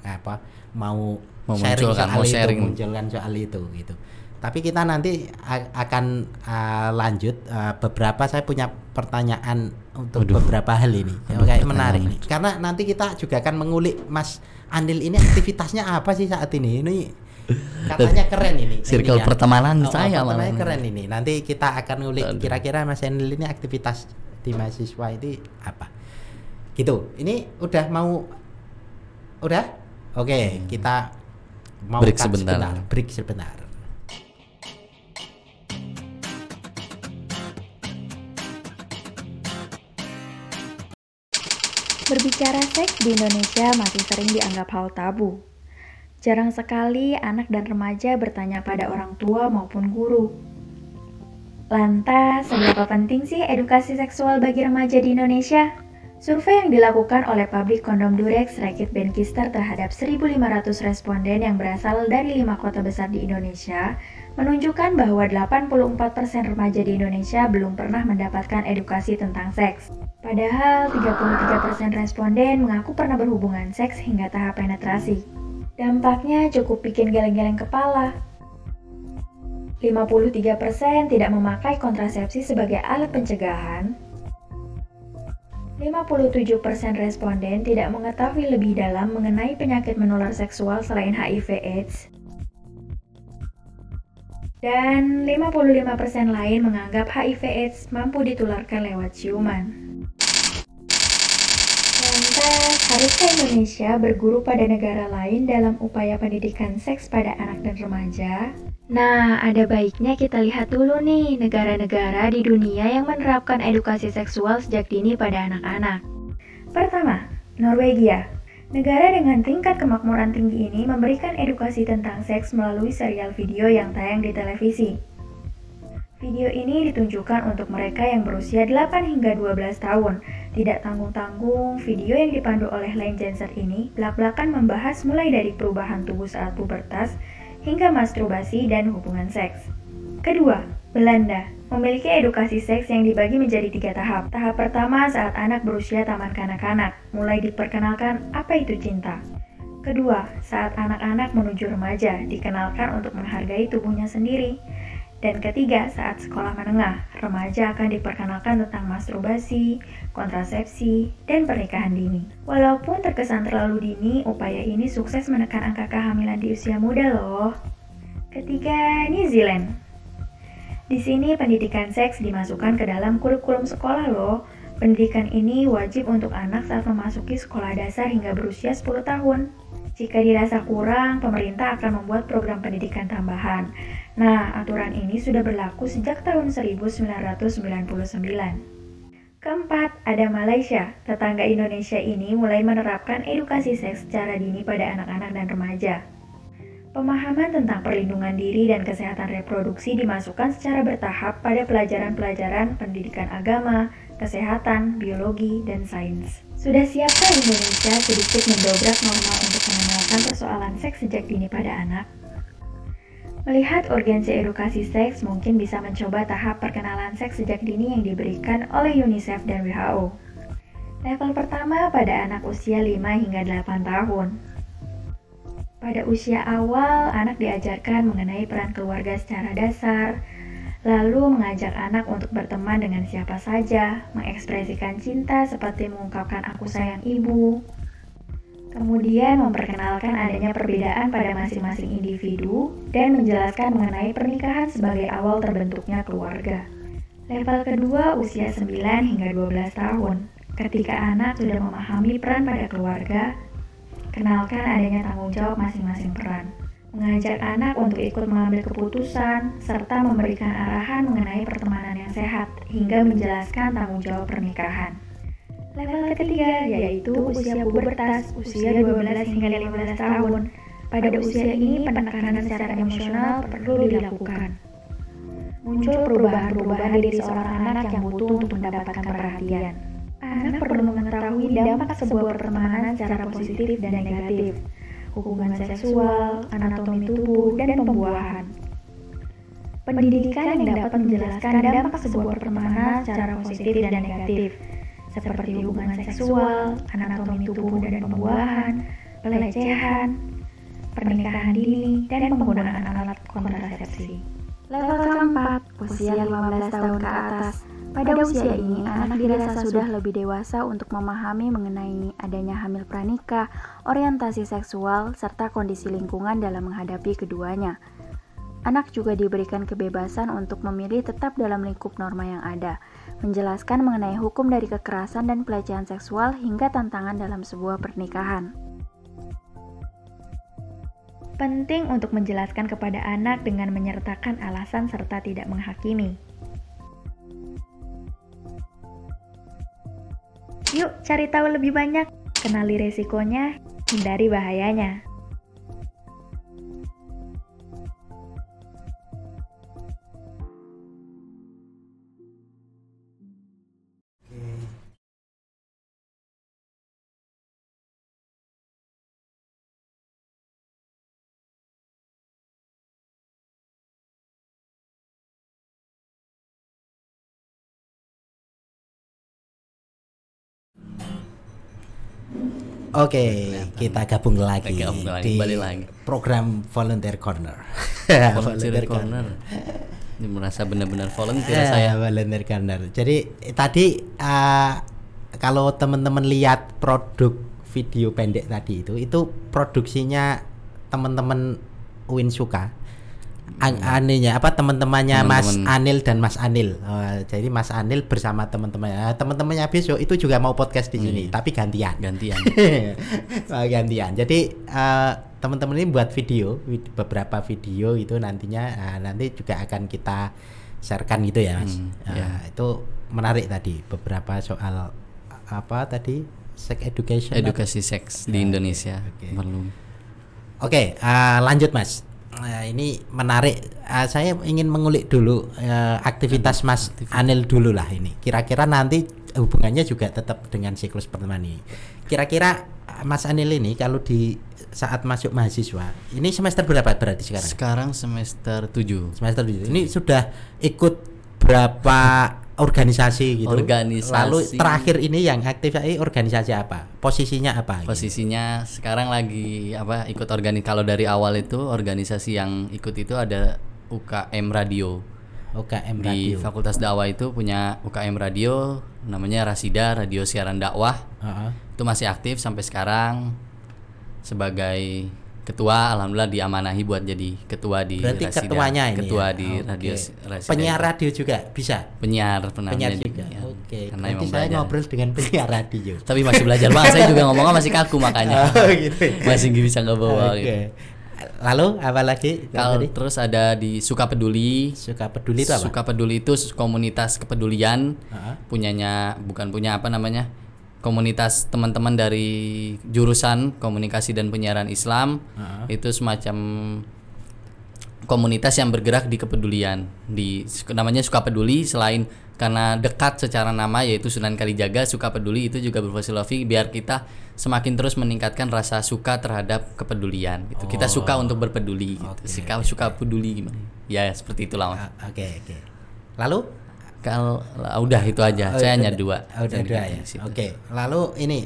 mau munculkan soal itu gitu. Tapi kita nanti akan lanjut beberapa, saya punya pertanyaan untuk beberapa hal ini. Kayak menarik nih. Karena nanti kita juga akan mengulik Mas Anil ini aktivitasnya apa sih saat ini. Ini katanya keren ini. Circle pertemanan saya malah keren ini. Nanti kita akan ngulik kira-kira Mas Anil ini aktivitas di mahasiswa ini apa. Gitu. Ini udah mau Oke, kita mau break sebentar. Berbicara seks di Indonesia masih sering dianggap hal tabu. Jarang sekali anak dan remaja bertanya pada orang tua maupun guru. Lantas, seberapa penting sih edukasi seksual bagi remaja di Indonesia? Survei yang dilakukan oleh pabrik kondom Durex Reckitt Benckiser terhadap 1.500 responden yang berasal dari 5 kota besar di Indonesia menunjukkan bahwa 84% remaja di Indonesia belum pernah mendapatkan edukasi tentang seks. Padahal 33% responden mengaku pernah berhubungan seks hingga tahap penetrasi. Dampaknya cukup bikin geleng-geleng kepala. 53% tidak memakai kontrasepsi sebagai alat pencegahan. 57% responden tidak mengetahui lebih dalam mengenai penyakit menular seksual selain HIV/AIDS. Dan 55% lain menganggap HIV/AIDS mampu ditularkan lewat ciuman. Lantas, haruskah Indonesia berguru pada negara lain dalam upaya pendidikan seks pada anak dan remaja? Nah, ada baiknya kita lihat dulu nih negara-negara di dunia yang menerapkan edukasi seksual sejak dini pada anak-anak. Pertama, Norwegia. Negara dengan tingkat kemakmuran tinggi ini memberikan edukasi tentang seks melalui serial video yang tayang di televisi. Video ini ditunjukkan untuk mereka yang berusia 8 hingga 12 tahun. Tidak tanggung-tanggung, video yang dipandu oleh Len Jensen ini belak-belakan membahas mulai dari perubahan tubuh saat pubertas hingga masturbasi dan hubungan seks. Kedua, Belanda memiliki edukasi seks yang dibagi menjadi 3 tahap. Tahap pertama saat anak berusia taman kanak-kanak, mulai diperkenalkan apa itu cinta. Kedua, saat anak-anak menuju remaja, dikenalkan untuk menghargai tubuhnya sendiri. Dan ketiga, saat sekolah menengah, remaja akan diperkenalkan tentang masturbasi, kontrasepsi, dan pernikahan dini. Walaupun terkesan terlalu dini, upaya ini sukses menekan angka kehamilan di usia muda loh. Ketiga, New Zealand. Di sini pendidikan seks dimasukkan ke dalam kurikulum sekolah loh. Pendidikan ini wajib untuk anak saat memasuki sekolah dasar hingga berusia 10 tahun. Jika dirasa kurang, pemerintah akan membuat program pendidikan tambahan. Nah, aturan ini sudah berlaku sejak tahun 1999. Keempat, ada Malaysia. Tetangga Indonesia ini mulai menerapkan edukasi seks secara dini pada anak-anak dan remaja. Pemahaman tentang perlindungan diri dan kesehatan reproduksi dimasukkan secara bertahap pada pelajaran-pelajaran pendidikan agama, kesehatan, biologi, dan sains. Sudah siapkah Indonesia sedikit mendobrak norma untuk mengenalkan persoalan seks sejak dini pada anak? Melihat urgensi edukasi seks, mungkin bisa mencoba tahap perkenalan seks sejak dini yang diberikan oleh UNICEF dan WHO. Level pertama pada anak usia 5 hingga 8 tahun. Pada usia awal, anak diajarkan mengenai peran keluarga secara dasar, lalu mengajak anak untuk berteman dengan siapa saja, mengekspresikan cinta seperti mengungkapkan aku sayang ibu. Kemudian memperkenalkan adanya perbedaan pada masing-masing individu dan menjelaskan mengenai pernikahan sebagai awal terbentuknya keluarga. Level kedua usia 9 hingga 12 tahun. Ketika anak sudah memahami peran pada keluarga, kenalkan adanya tanggung jawab masing-masing peran. Mengajak anak untuk ikut mengambil keputusan, serta memberikan arahan mengenai pertemanan yang sehat, hingga menjelaskan tanggung jawab pernikahan. Level ketiga yaitu usia pubertas, usia 12 hingga 15 tahun. Pada usia ini penekanan secara emosional perlu dilakukan. Muncul perubahan-perubahan diri seorang anak yang butuh untuk mendapatkan perhatian. Anak perlu mengetahui dampak sebuah pertemanan secara positif dan negatif, hubungan seksual, anatomi tubuh, dan pembuahan. Pendidikan yang dapat menjelaskan dampak sebuah pertemanan secara positif dan negatif, seperti hubungan seksual, anatomi tubuh dan pembuahan, pelecehan, pernikahan dini, dan penggunaan alat kontrasepsi. Level keempat, usia 15 tahun ke atas. Pada usia ini, anak dirasa sudah lebih dewasa untuk memahami mengenai adanya hamil pranikah, orientasi seksual, serta kondisi lingkungan dalam menghadapi keduanya. Anak juga diberikan kebebasan untuk memilih tetap dalam lingkup norma yang ada, menjelaskan mengenai hukum dari kekerasan dan pelecehan seksual hingga tantangan dalam sebuah pernikahan. Penting untuk menjelaskan kepada anak dengan menyertakan alasan serta tidak menghakimi. Yuk cari tahu lebih banyak, kenali resikonya, hindari bahayanya. Oke, kita gabung lagi di balik lagi. program Volunteer Corner. Volunteer Corner. Ini merasa benar-benar volunteer saya. Volunteer Corner. Jadi tadi kalau teman-teman lihat produk video pendek tadi itu produksinya teman-teman Uin Suka. Teman-temannya Mas Anil dan Mas Anil. Jadi Mas Anil bersama teman-temannya besok itu juga mau podcast di sini, tapi gantian. Gantian. Jadi teman-teman ini buat beberapa video itu nantinya nanti juga akan kita sharekan gitu ya, Mas. Itu menarik tadi beberapa soal sex education. Edukasi seks di Indonesia. Oke, lanjut Mas. Ini menarik. Saya ingin mengulik dulu aktivitas Mas Anil dulu lah ini. Kira-kira nanti hubungannya juga tetap dengan siklus pertemanan ini. Kira-kira Mas Anil ini kalau di saat masuk mahasiswa, ini semester berapa berarti sekarang? Sekarang semester 7. Semester 7. Ini sudah ikut berapa organisasi gitu? Lalu terakhir ini yang aktif organisasi apa? Posisinya apa? Posisinya sekarang lagi ikut kalau dari awal itu organisasi yang ikut itu ada UKM Radio. Di Fakultas Dakwah itu punya UKM Radio namanya Rasida, Radio Siaran Dakwah. Itu masih aktif sampai sekarang sebagai ketua. Alhamdulillah diamanahi buat jadi ketua di Berarti Rasida. Ketuanya ini ketua ya? di Radio Rasida. Penyiar radio juga bisa? Penyiar juga. Ya. Oke. Karena Nanti saya ngobrol dengan penyiar radio. Tapi masih belajar banget. Saya juga ngomongnya masih kaku makanya. Gitu. Masih bisa nggak bawa. Oke. Gitu. Lalu apa lagi? Kalau terus ada di Suka Peduli. Suka Peduli itu apa? Suka Peduli itu komunitas kepedulian. Punyanya bukan punya apa namanya? Komunitas teman-teman dari jurusan Komunikasi dan Penyiaran Islam. Itu semacam komunitas yang bergerak di kepedulian. Namanya Suka Peduli, selain karena dekat secara nama yaitu Sunan Kalijaga, Suka Peduli itu juga berfilosofi biar kita semakin terus meningkatkan rasa suka terhadap kepedulian gitu. Kita suka untuk berpeduli gitu. Suka peduli gimana? Ya seperti itulah Mas. Oke. Lalu kalau udah itu aja. Saya hanya dua. Udah dua ya. Oke. Lalu ini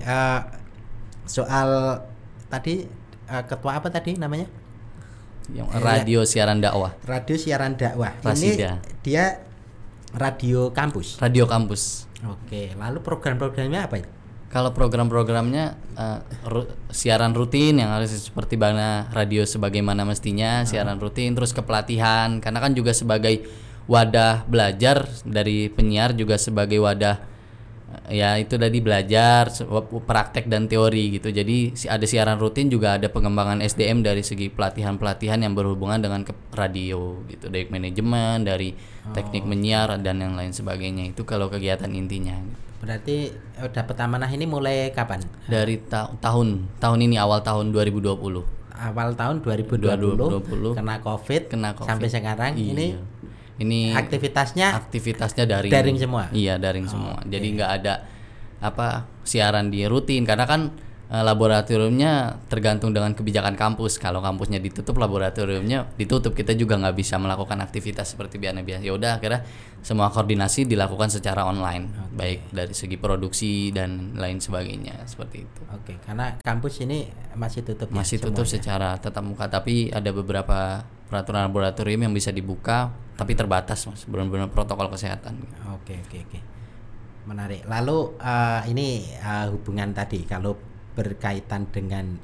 soal tadi ketua apa tadi namanya? Yang radio siaran dakwah. Radio siaran dakwah. Rasida. Ini dia radio kampus. Radio kampus. Oke. Lalu program-programnya apa itu? Kalau program-programnya siaran rutin yang harus seperti mana radio sebagaimana mestinya, siaran rutin, terus kepelatihan karena kan juga sebagai wadah belajar dari penyiar juga sebagai wadah ya itu tadi belajar praktek dan teori gitu. Jadi ada siaran rutin juga ada pengembangan SDM dari segi pelatihan-pelatihan yang berhubungan dengan radio gitu, dari manajemen, dari teknik menyiar dan yang lain sebagainya. Itu kalau kegiatan intinya. Berarti dapat amanah ini mulai kapan? Dari tahun ini awal tahun 2020. Awal tahun 2020 kena COVID sampai sekarang. Iya. Ini aktivitasnya daring semua. Iya, daring semua. Jadi nggak ada siaran di rutin karena kan laboratoriumnya tergantung dengan kebijakan kampus. Kalau kampusnya ditutup, laboratoriumnya ditutup. Kita juga nggak bisa melakukan aktivitas seperti biasa. Ya udah, akhirnya semua koordinasi dilakukan secara online, baik dari segi produksi dan lain sebagainya seperti itu. Oke, karena kampus ini masih tutup. Masih tutup secara tatap muka, tapi ada beberapa peraturan laboratorium yang bisa dibuka, tapi terbatas Mas, benar-benar protokol kesehatan. Oke. Menarik. Lalu ini hubungan tadi kalau berkaitan dengan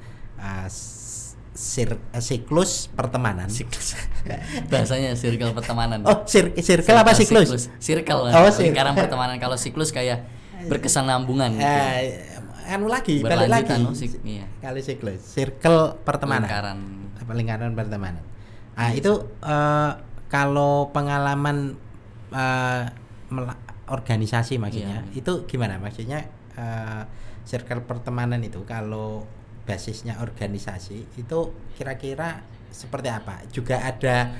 siklus pertemanan. Bahasanya circle pertemanan. Oh, circle apa siklus? Circle. Lingkaran pertemanan. Kalau siklus kayak berkesinambungan gitu. Anu lagi, balik lagi. Kali siklus, circle pertemanan. Lingkaran pertemanan. Itu kalau pengalaman organisasi maksudnya, itu gimana? Maksudnya circle pertemanan itu kalau basisnya organisasi itu kira-kira seperti apa? Juga ada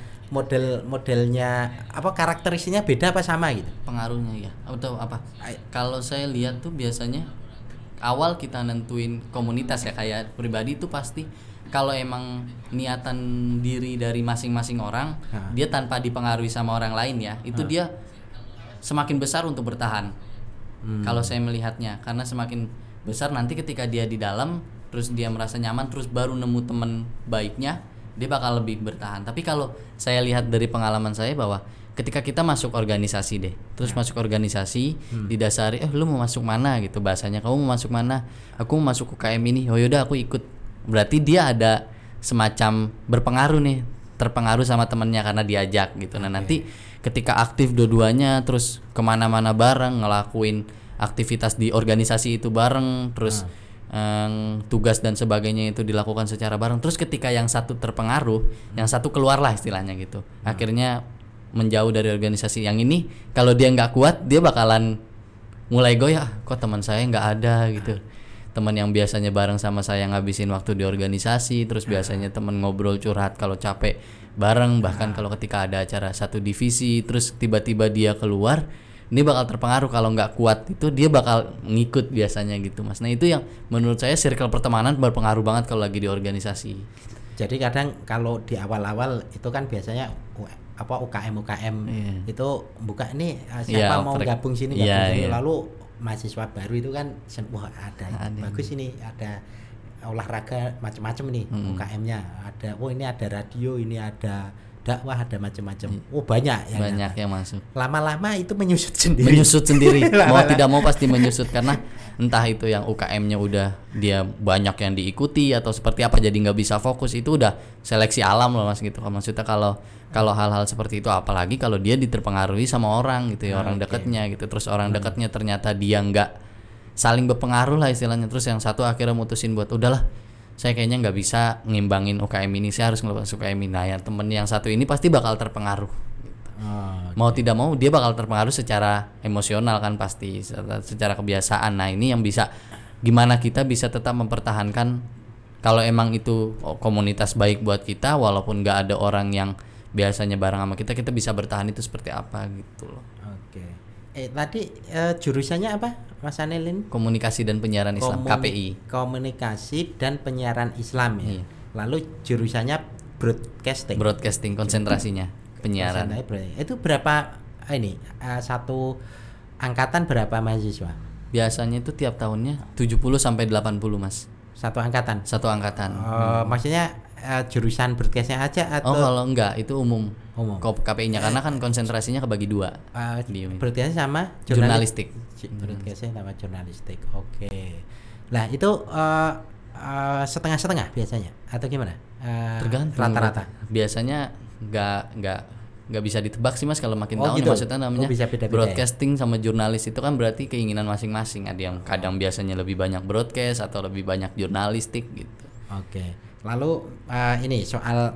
modelnya karakteristiknya beda apa sama gitu? Pengaruhnya ya atau apa? Kalau saya lihat tuh biasanya awal kita nentuin komunitas ya, kayak pribadi itu pasti kalau emang niatan diri dari masing-masing orang, dia tanpa dipengaruhi sama orang lain ya, itu dia semakin besar untuk bertahan. Kalau saya melihatnya, karena semakin besar nanti ketika dia di dalam terus dia merasa nyaman, terus baru nemu teman baiknya, dia bakal lebih bertahan. Tapi kalau saya lihat dari pengalaman saya bahwa ketika kita masuk organisasi terus masuk organisasi didasari lu mau masuk mana gitu bahasanya, kamu mau masuk mana, aku mau masuk UKM ini, oh yaudah aku ikut. Berarti dia ada semacam terpengaruh sama temennya karena diajak gitu. Nah nanti ketika aktif dua-duanya terus kemana-mana bareng, ngelakuin aktivitas di organisasi itu bareng, terus tugas dan sebagainya itu dilakukan secara bareng. Terus ketika yang satu terpengaruh, yang satu keluarlah istilahnya gitu. Akhirnya menjauh dari organisasi yang ini. Kalau dia nggak kuat, dia bakalan mulai goyah. Kok teman saya nggak ada gitu. Teman yang biasanya bareng sama saya ngabisin waktu di organisasi, terus biasanya teman ngobrol curhat kalau capek bareng, bahkan kalau ketika ada acara satu divisi, terus tiba-tiba dia keluar. Ini bakal terpengaruh, kalau nggak kuat itu dia bakal ngikut biasanya gitu Mas. Nah itu yang menurut saya circle pertemanan berpengaruh banget kalau lagi di organisasi. Jadi kadang kalau di awal-awal itu kan biasanya UKM itu buka ini siapa mau gabung sini lalu mahasiswa baru itu kan wah ada bagus ini, ada olahraga macam-macam nih UKM-nya, ada ini ada radio, ini ada dakwah, ada macam-macam. Banyak yang masuk. Lama-lama itu menyusut sendiri. Mau tidak mau pasti menyusut karena entah itu yang UKM-nya udah dia banyak yang diikuti atau seperti apa, jadi nggak bisa fokus. Itu udah seleksi alam loh Mas gitu. Maksudnya kalau hal-hal seperti itu, apalagi kalau dia diterpengaruhi sama orang gitu ya, orang dekatnya gitu. Terus orang dekatnya ternyata dia nggak saling berpengaruh lah istilahnya. Terus yang satu akhirnya mutusin buat udahlah saya kayaknya nggak bisa ngimbangin UKM ini, saya harus ngelepas UKM ini. Nah, yang temen yang satu ini pasti bakal terpengaruh gitu. Mau tidak mau dia bakal terpengaruh secara emosional kan, pasti secara kebiasaan. Nah, ini yang bisa gimana kita bisa tetap mempertahankan kalau emang itu komunitas baik buat kita, walaupun nggak ada orang yang biasanya bareng sama kita bisa bertahan itu seperti apa gitu loh. Oke. Tadi jurusannya apa, Mas Anelin? Komunikasi dan penyiaran Islam, KPI. Komunikasi dan penyiaran Islam ya. Iya. Lalu jurusannya broadcasting. Broadcasting konsentrasinya penyiaran. Itu berapa ini satu angkatan berapa mahasiswa? Biasanya itu tiap tahunnya 70 sampai 80, Mas. Satu angkatan. Maksudnya jurusan broadcasting aja atau? Kalau enggak itu umum. KPI-nya karena kan konsentrasinya kebagi dua. Broadcasting sama jurnalistik. Broadcasting sama jurnalistik. Oke. Nah, itu setengah-setengah biasanya atau gimana? Tergantung rata-rata. Biasanya nggak bisa ditebak sih, Mas, kalau makin tahun gitu. maksudnya namanya bisa beda-beda broadcasting ya? Sama jurnalis itu kan berarti keinginan masing-masing. Ada yang kadang biasanya lebih banyak broadcast atau lebih banyak jurnalistik gitu. Oke. Lalu ini soal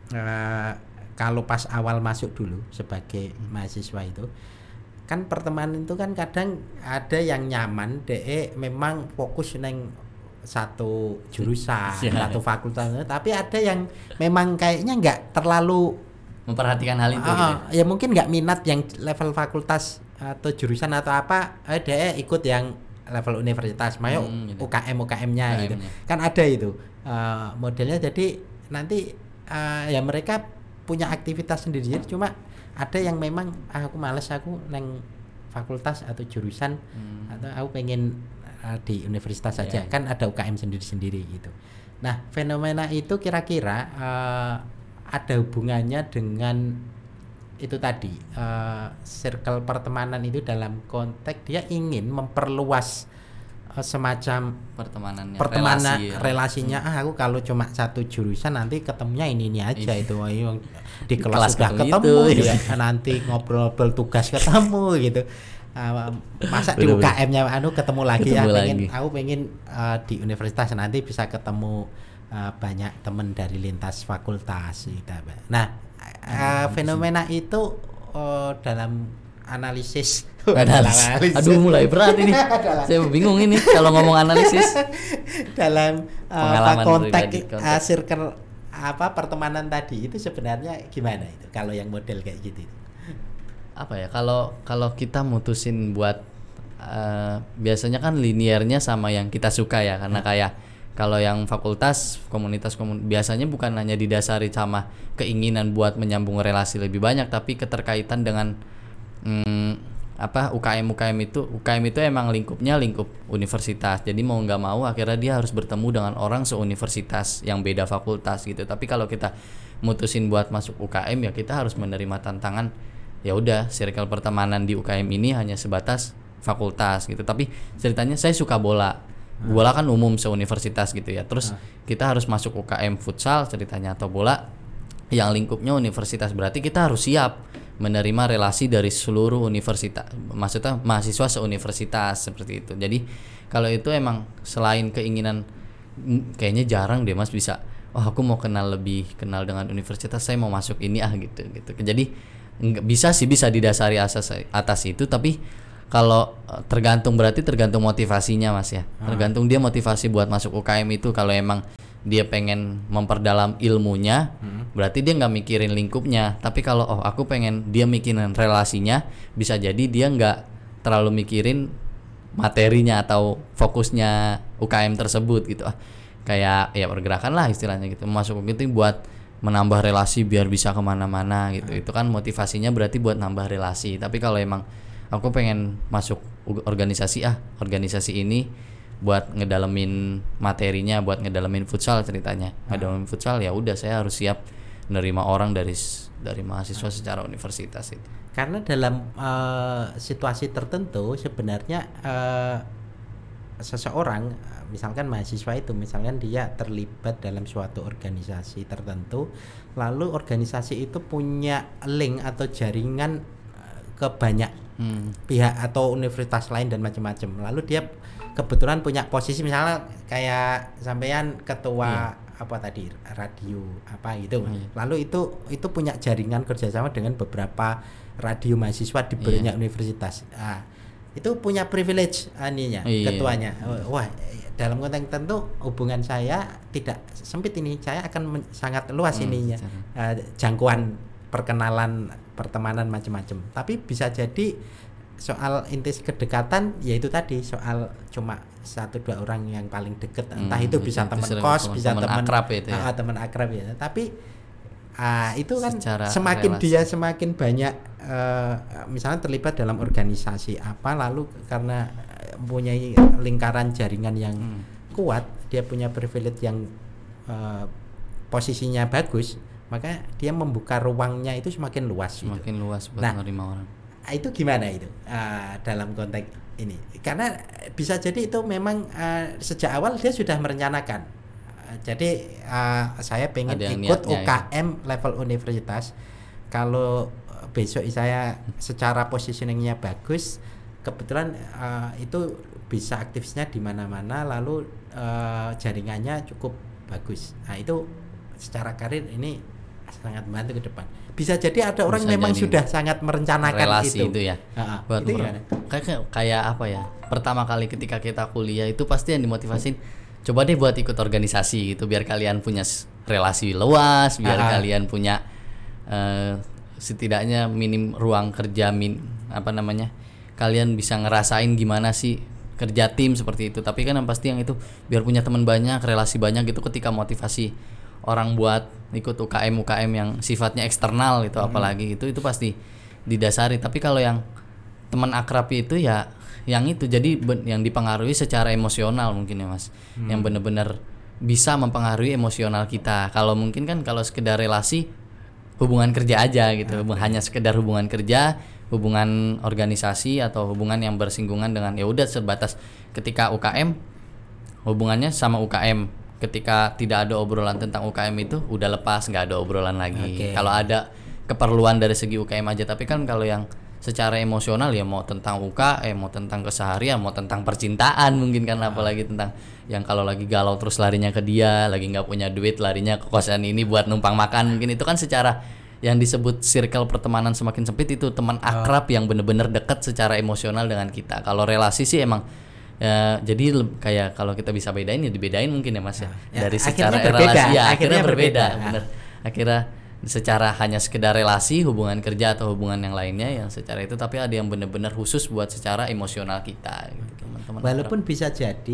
kalau pas awal masuk dulu sebagai mahasiswa itu kan pertemanan itu kan kadang ada yang nyaman memang fokus neng satu jurusan satu fakultas, tapi ada yang memang kayaknya nggak terlalu memperhatikan hal itu gitu. Ya mungkin nggak minat yang level fakultas atau jurusan atau apa, dia ikut yang level universitas, mayo gitu. UKM-nya gitu kan ada itu modelnya. Jadi nanti ya mereka punya aktivitas sendiri, cuma ada yang memang aku males, aku neng fakultas atau jurusan atau aku pengen di universitas saja, kan ada UKM sendiri-sendiri gitu. Nah, fenomena itu kira-kira ada hubungannya dengan itu tadi circle pertemanan itu dalam konteks dia ingin memperluas semacam pertemanan relasinya. Aku kalau cuma satu jurusan nanti ketemunya ini aja itu di kelas sudah ketemu ya, nanti ngobrol tugas ketemu gitu. Masa di UKM-nya ketemu lagi ya, aku pengen di universitas nanti bisa ketemu banyak teman dari lintas fakultas gitu. Nah, fenomena itu dalam analisis. Aduh, mulai berat ini. Saya bingung ini kalau ngomong analisis. Dalam konteks circle pertemanan tadi itu sebenarnya gimana itu kalau yang model kayak gitu? Apa ya, kalau kita mutusin buat biasanya kan linearnya sama yang kita suka ya, karena kayak kalau yang fakultas komunitas biasanya bukan hanya didasari sama keinginan buat menyambung relasi lebih banyak, tapi keterkaitan dengan UKM itu emang lingkup universitas. Jadi mau nggak mau akhirnya dia harus bertemu dengan orang seuniversitas yang beda fakultas gitu. Tapi kalau kita mutusin buat masuk UKM ya kita harus menerima tantangan. Ya udah, circle pertemanan di UKM ini hanya sebatas fakultas gitu. Tapi ceritanya saya suka bola kan umum seuniversitas gitu ya. Terus kita harus masuk UKM futsal ceritanya atau bola yang lingkupnya universitas, berarti kita harus siap menerima relasi dari seluruh universitas, maksudnya mahasiswa seuniversitas seperti itu. Jadi kalau itu emang selain keinginan, kayaknya jarang deh Mas bisa, aku mau kenal dengan universitas, saya mau masuk ini gitu. Jadi bisa didasari atas itu, tapi kalau tergantung motivasinya Mas ya. Tergantung dia motivasi buat masuk UKM itu. Kalau emang dia pengen memperdalam ilmunya, berarti dia nggak mikirin lingkupnya. Tapi kalau aku pengen dia mikirin relasinya, bisa jadi dia nggak terlalu mikirin materinya atau fokusnya UKM tersebut gitu. Kayak ya pergerakan lah istilahnya gitu. Masuk itu buat menambah relasi biar bisa kemana-mana gitu. Itu kan motivasinya berarti buat nambah relasi. Tapi kalau emang aku pengen masuk organisasi ini buat ngedalemin materinya, buat ngedalemin futsal ceritanya. Ngedalemin futsal ya udah, saya harus siap menerima orang dari mahasiswa secara universitas itu. Karena dalam situasi tertentu sebenarnya seseorang, misalkan mahasiswa itu, misalkan dia terlibat dalam suatu organisasi tertentu, lalu organisasi itu punya link atau jaringan ke banyak pihak atau universitas lain dan macam-macam. Lalu dia kebetulan punya posisi misalnya kayak sampean ketua apa tadi radio apa gitu, lalu itu punya jaringan kerjasama dengan beberapa radio mahasiswa di banyak universitas. Itu punya privilege ketuanya. Wah, dalam konteks tentu hubungan saya tidak sempit ini, saya akan sangat luas ininya, jangkauan perkenalan, pertemanan macam-macam. Tapi bisa jadi soal intis kedekatan yaitu tadi soal cuma 1-2 orang yang paling dekat, entah itu bisa teman kos, bisa teman akrab teman akrab ya. Tapi itu kan semakin relasi. Dia semakin banyak misalnya terlibat dalam organisasi apa, lalu karena mempunyai lingkaran jaringan yang kuat, dia punya privilege yang posisinya bagus, maka dia membuka ruangnya itu semakin luas buat menerima orang. Itu gimana itu dalam konteks ini? Karena bisa jadi itu memang sejak awal dia sudah merencanakan. Jadi saya pengen ikut UKM level universitas. Kalau besok saya secara positioningnya bagus, kebetulan itu bisa aktifnya di mana-mana, lalu jaringannya cukup bagus. Nah itu secara karir ini sangat membantu ke depan. Bisa jadi ada orang memang sudah sangat merencanakan relasi itu ya. Buat itu kayak apa ya? Pertama kali ketika kita kuliah itu pasti yang dimotivasin, coba deh buat ikut organisasi gitu, biar kalian punya relasi luas, biar kalian punya setidaknya minim ruang kerja, kalian bisa ngerasain gimana sih kerja tim seperti itu. Tapi kan yang pasti yang itu biar punya teman banyak, relasi banyak gitu. Ketika motivasi orang buat ikut UKM yang sifatnya eksternal gitu, apalagi itu pasti didasari. Tapi kalau yang teman akrab itu ya yang itu jadi yang dipengaruhi secara emosional mungkin ya Mas, yang benar-benar bisa mempengaruhi emosional kita. Kalau mungkin kan kalau sekedar relasi hubungan kerja aja gitu, hanya sekedar hubungan kerja, hubungan organisasi atau hubungan yang bersinggungan dengan ya udah sebatas ketika UKM hubungannya sama UKM. Ketika tidak ada obrolan tentang UKM itu udah lepas, nggak ada obrolan lagi. Kalau ada keperluan dari segi UKM aja, tapi kan kalau yang secara emosional ya mau tentang UKM, mau tentang keseharian, mau tentang percintaan mungkin kan, apalagi tentang yang kalau lagi galau terus larinya ke dia, lagi nggak punya duit larinya ke kosan ini buat numpang makan, mungkin itu kan secara yang disebut circle pertemanan semakin sempit, itu teman akrab yang benar-benar dekat secara emosional dengan kita. Kalau relasi sih emang ya, jadi kayak kalau kita bisa bedain ya dibedain mungkin ya Mas ya. Dari secara relasi ya akhirnya berbeda. Benar. Akhirnya secara hanya sekedar relasi, hubungan kerja atau hubungan yang lainnya yang secara itu, tapi ada yang benar-benar khusus buat secara emosional kita gitu, teman-teman. Walaupun bisa jadi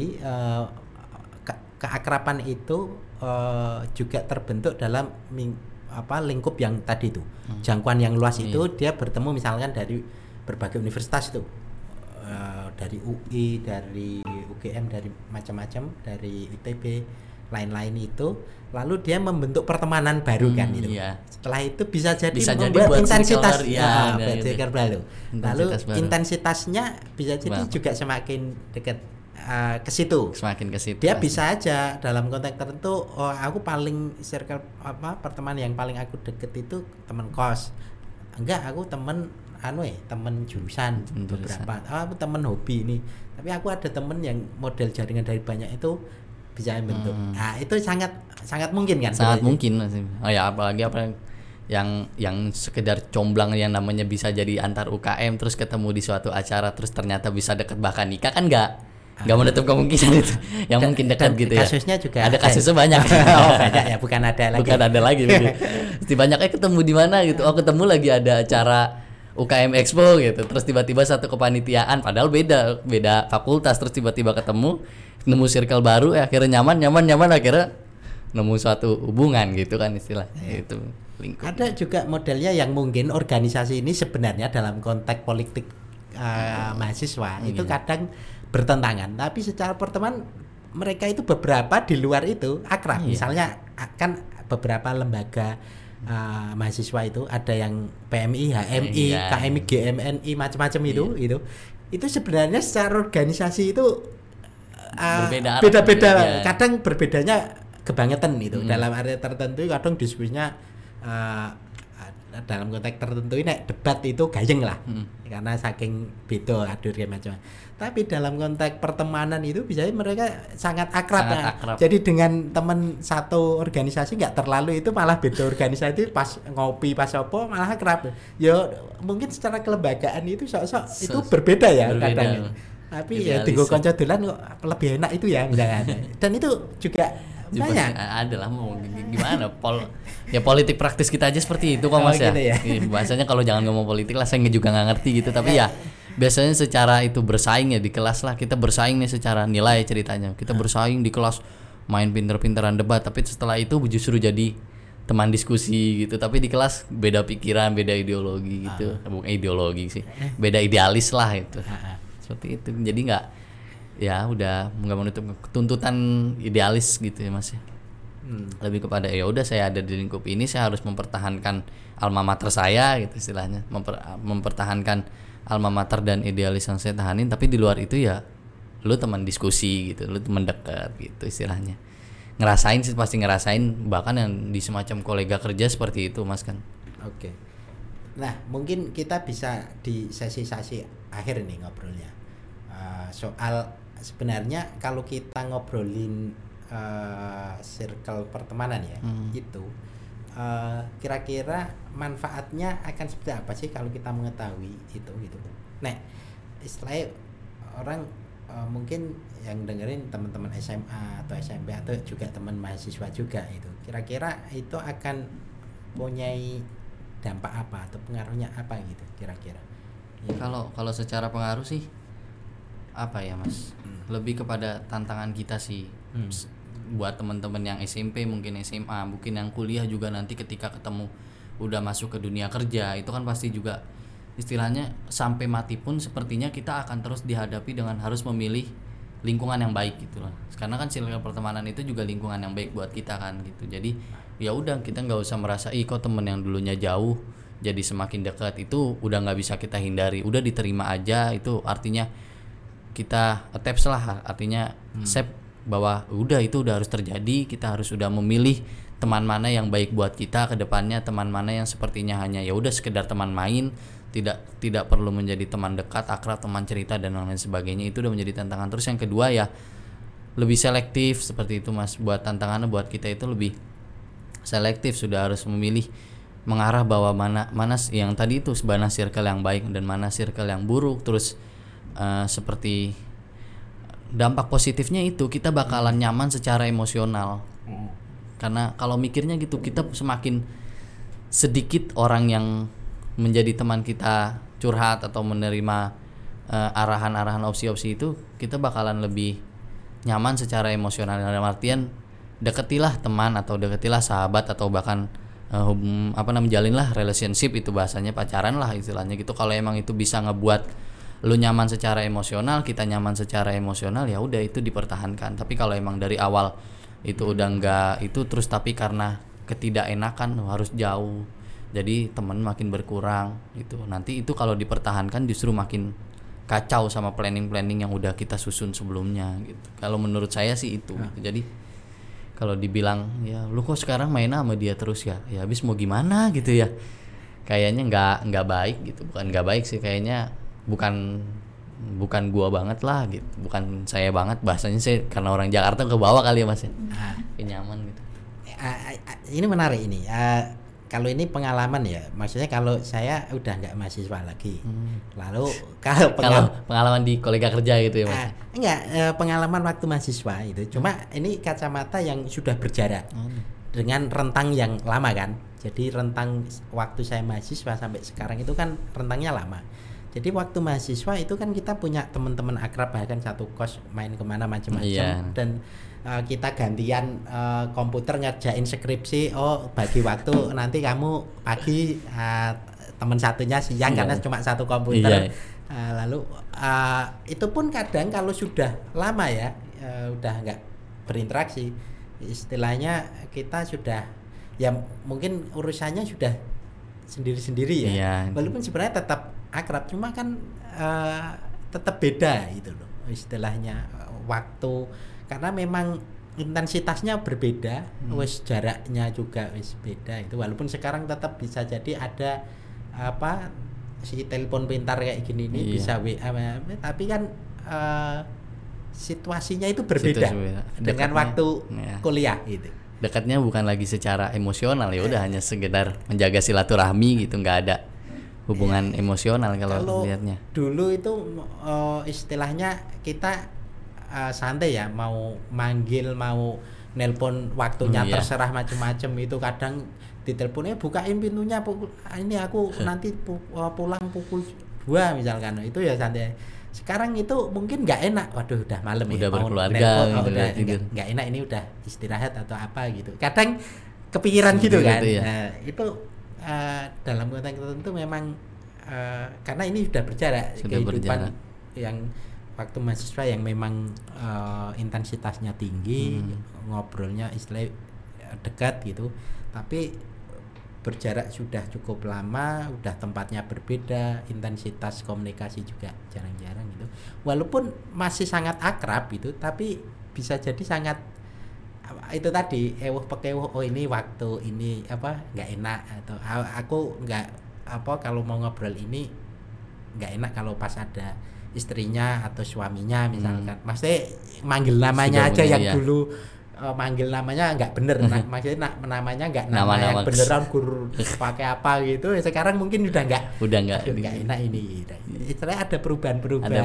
keakraban itu juga terbentuk dalam lingkup yang tadi itu. Jangkauan yang luas itu dia bertemu misalkan dari berbagai universitas itu. Dari UI, dari UGM, dari macam-macam, dari ITB, lain-lain itu, lalu dia membentuk pertemanan baru kan itu. Iya. Setelah itu bisa jadi buat intensitas baru. Lalu intensitasnya bisa jadi juga semakin dekat ke situ. Semakin ke situ. Dia bisa aja dalam konteks tertentu, aku paling circle pertemanan yang paling aku deket itu teman kos. Enggak, aku temen temen jurusan beberapa. Aku temen hobi ini. Tapi aku ada temen yang model jaringan dari banyak itu bisa bentuk. Nah, itu sangat mungkin kan? Sangat mungkin. Oh ya, apalagi yang sekedar comblang yang namanya bisa jadi antar UKM terus ketemu di suatu acara terus ternyata bisa dekat bahkan nikah kan enggak menutup kemungkinan itu. Yang mungkin dekat gitu ya. Kasusnya juga ada kasusnya banyak. Banyak ya, bukan ada lagi. Pasti banyak ketemu di mana gitu. Ketemu lagi ada acara UKM Expo gitu. Terus tiba-tiba satu kepanitiaan padahal beda fakultas, terus tiba-tiba ketemu nemu circle baru, akhirnya nyaman akhirnya nemu suatu hubungan gitu kan istilahnya. Itu lingkup. Ada juga modelnya yang mungkin organisasi ini sebenarnya dalam konteks politik mahasiswa itu kadang bertentangan, tapi secara pertemanan mereka itu beberapa di luar itu akrab. Misalnya kan beberapa lembaga mahasiswa itu ada yang PMI, HMI, KMI, GMNI macam-macam itu sebenarnya secara organisasi itu beda-beda. Kadang berbedanya kebangetan itu. Dalam area tertentu kadang diskusinya dalam konteks tertentu ini debat itu gayeng lah karena saking beda adur macam. Tapi dalam konteks pertemanan itu bisa mereka sangat akrab, akrab. Jadi dengan teman satu organisasi nggak terlalu itu malah beda organisasi pas ngopi pas apa malah akrab. Ya mungkin secara kelembagaan itu sok-sok itu berbeda ya kadang. Tapi ya tinggal kanca dolan kok lebih enak itu ya misalnya. Dan itu juga banyak. Adalah mau gimana ya politik praktis kita aja seperti itu kok Mas ya. Gitu ya. Bahasanya kalau jangan ngomong politik lah saya juga nggak ngerti gitu tapi ya biasanya secara itu bersaing ya di kelas lah kita bersaing nih secara nilai ceritanya. Kita bersaing di kelas main pinter-pinteran debat tapi setelah itu justru jadi teman diskusi gitu tapi di kelas beda pikiran, beda ideologi gitu. Bukan ideologi sih. Beda idealis lah itu. Seperti itu. Jadi nggak ya udah nggak menutup tuntutan idealis gitu ya Mas ya. Lebih kepada ya udah saya ada di lingkup ini saya harus mempertahankan alma mater saya gitu istilahnya mempertahankan alma mater dan idealis yang saya tahanin tapi di luar itu ya lu teman diskusi gitu lu teman dekat gitu istilahnya ngerasain sih pasti ngerasain bahkan yang di semacam kolega kerja seperti itu Mas kan. Oke. Nah mungkin kita bisa di sesi-sesi akhir nih ngobrolnya soal sebenarnya kalau kita ngobrolin circle pertemanan ya itu kira-kira manfaatnya akan seperti apa sih kalau kita mengetahui itu gitu. Nah istilahnya orang mungkin yang dengerin teman-teman SMA atau SMP atau juga teman mahasiswa juga itu kira-kira itu akan punya dampak apa atau pengaruhnya apa gitu kira-kira ya. Kalau secara pengaruh sih apa ya Mas lebih kepada tantangan kita sih buat teman-teman yang SMP mungkin SMA mungkin yang kuliah juga nanti ketika ketemu udah masuk ke dunia kerja itu kan pasti juga istilahnya sampai mati pun sepertinya kita akan terus dihadapi dengan harus memilih lingkungan yang baik gitu loh karena kan circle pertemanan itu juga lingkungan yang baik buat kita kan gitu jadi ya udah kita nggak usah merasa kok temen yang dulunya jauh jadi semakin dekat itu udah nggak bisa kita hindari udah diterima aja itu artinya kita attach lah artinya accept bahwa udah itu udah harus terjadi kita harus udah memilih teman mana yang baik buat kita ke depannya teman mana yang sepertinya hanya ya udah sekedar teman main tidak perlu menjadi teman dekat akrab teman cerita dan lain sebagainya itu udah menjadi tantangan terus yang kedua ya lebih selektif seperti itu Mas buat tantangannya buat kita itu lebih selektif sudah harus memilih mengarah bahwa mana yang tadi itu mana circle yang baik dan mana circle yang buruk terus seperti dampak positifnya itu kita bakalan nyaman secara emosional karena kalau mikirnya gitu kita semakin sedikit orang yang menjadi teman kita curhat atau menerima arahan-arahan opsi-opsi itu kita bakalan lebih nyaman secara emosional dalam artian deketilah teman atau deketilah sahabat atau bahkan jalinlah relationship itu bahasanya pacaran lah istilahnya gitu kalau emang itu bisa ngebuat lu nyaman secara emosional kita nyaman secara emosional ya udah itu dipertahankan tapi kalau emang dari awal itu udah enggak itu terus tapi karena ketidakenakan harus jauh jadi teman makin berkurang itu nanti itu kalau dipertahankan justru makin kacau sama planning yang udah kita susun sebelumnya gitu kalau menurut saya sih itu gitu. Jadi kalau dibilang ya lu kok sekarang main sama dia terus ya habis mau gimana gitu ya kayaknya nggak baik gitu bukan nggak baik sih kayaknya bukan gua banget lah gitu bukan saya banget bahasanya saya karena orang Jakarta ke bawah kali ya Mas ya nyaman gitu ini menarik ini kalau ini pengalaman ya maksudnya kalau saya udah nggak mahasiswa lagi lalu kalau pengalaman di kolega kerja gitu ya Mas enggak pengalaman waktu mahasiswa itu cuma ini kacamata yang sudah berjarak dengan rentang yang lama kan jadi rentang waktu saya mahasiswa sampai sekarang itu kan rentangnya lama. Jadi waktu mahasiswa itu kan kita punya teman-teman akrab bahkan satu kos main kemana macam-macam dan kita gantian komputer ngerjain skripsi bagi waktu nanti kamu pagi teman satunya siang karena cuma satu komputer lalu itu pun kadang kalau sudah lama ya udah nggak berinteraksi istilahnya kita sudah ya mungkin urusannya sudah sendiri-sendiri ya walaupun sebenarnya tetap akrab cuma kan tetap beda gitu loh istilahnya waktu karena memang intensitasnya berbeda, wis jaraknya juga wis beda itu, walaupun sekarang tetap bisa jadi ada apa si telepon pintar kayak gini nih, bisa WA, tapi kan situasinya itu berbeda dengan waktu kuliah gitu. Dekatnya bukan lagi secara emosional, ya udah hanya sekedar menjaga silaturahmi gitu, nggak ada hubungan emosional kalau lihatnya. Dulu itu istilahnya kita santai ya, mau manggil, mau nelpon waktunya terserah macam-macam itu, kadang diteleponnya bukain pintunya, ini aku nanti pulang pukul 2 misalkan, itu ya santai. Sekarang itu mungkin nggak enak, waduh udah malam udah ya, berkeluarga gitu, udah nggak enak ini, udah istirahat atau apa gitu, kadang kepikiran gitu kan ya. Nah, itu dalam konteks tertentu memang karena ini sudah berjarak, kehidupan yang waktu mahasiswa yang memang intensitasnya tinggi, ngobrolnya istilah dekat gitu, tapi berjarak sudah cukup lama, udah tempatnya berbeda, intensitas komunikasi juga jarang-jarang gitu. Walaupun masih sangat akrab gitu, tapi bisa jadi sangat itu tadi pekewuh, oh ini waktu ini apa nggak enak, atau aku nggak apa kalau mau ngobrol ini nggak enak kalau pas ada istrinya atau suaminya misalkan, maksudnya manggil namanya aja yang dulu manggil namanya nggak bener, maksudnya namanya nggak nama yang beneran guru pakai apa gitu, sekarang mungkin udah nggak enak ini. Istilahnya ada perubahan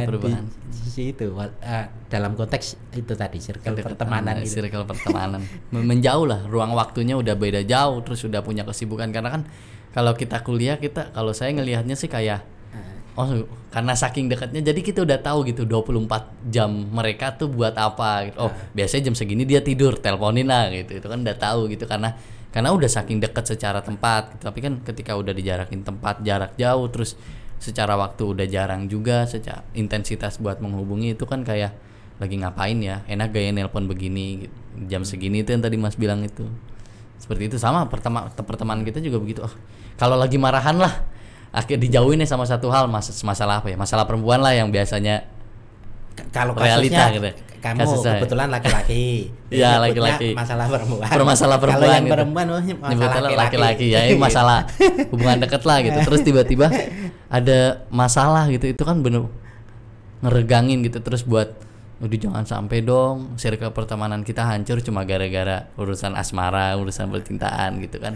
di sisi itu dalam konteks itu tadi circle pertemanan. Circle pertemanan menjauh lah, ruang waktunya udah beda jauh, terus udah punya kesibukan, karena kan kalau kita kuliah, kalau saya ngelihatnya sih kayak karena saking dekatnya jadi kita udah tahu gitu 24 jam mereka tuh buat apa gitu. Biasanya jam segini dia tidur, teleponin lah gitu. Itu kan udah tahu gitu, karena udah saking dekat secara tempat gitu. Tapi kan ketika udah dijarakin tempat, jarak jauh, terus secara waktu udah jarang juga, secara intensitas buat menghubungi itu kan kayak lagi ngapain ya, enak gaya nelpon begini gitu. Jam segini itu yang tadi Mas bilang itu. Seperti itu, sama pertemanan kita juga begitu. Kalau lagi marahan lah, akhirnya dijauhin nih sama satu hal, masalah apa ya, masalah perempuan lah yang biasanya kalau realita gitu. Kamu kebetulan laki-laki. Iya, laki-laki. Masalah perempuan. Kalau yang gitu. perempuan masalah laki-laki ya, ini masalah hubungan dekat lah gitu. Terus tiba-tiba ada masalah gitu, itu kan bener ngeregangin gitu, terus buat udah jangan sampai dong circle pertemanan kita hancur cuma gara-gara urusan asmara, urusan percintaan gitu kan.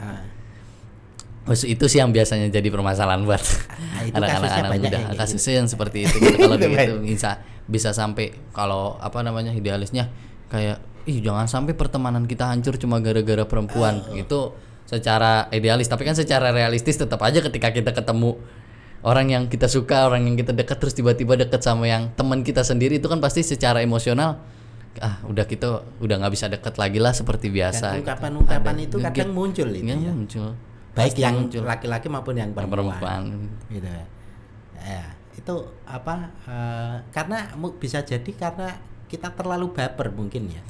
Itu sih yang biasanya jadi permasalahan buat anak-anak muda. Kasusnya yang seperti itu gitu. Kalau begitu bisa sampai, kalau apa namanya idealisnya kayak jangan sampai pertemanan kita hancur cuma gara-gara perempuan. Itu secara idealis, tapi kan secara realistis tetap aja ketika kita ketemu orang yang kita suka, orang yang kita dekat, terus tiba-tiba dekat sama yang teman kita sendiri, itu kan pasti secara emosional kita udah nggak bisa dekat lagi lah seperti biasa. Ungkapan-ungkapan itu kadang muncul itu. Muncul. Baik yang laki-laki maupun yang perempuan. Gitu. Ya, itu apa? Karena bisa jadi karena kita terlalu baper mungkin ya.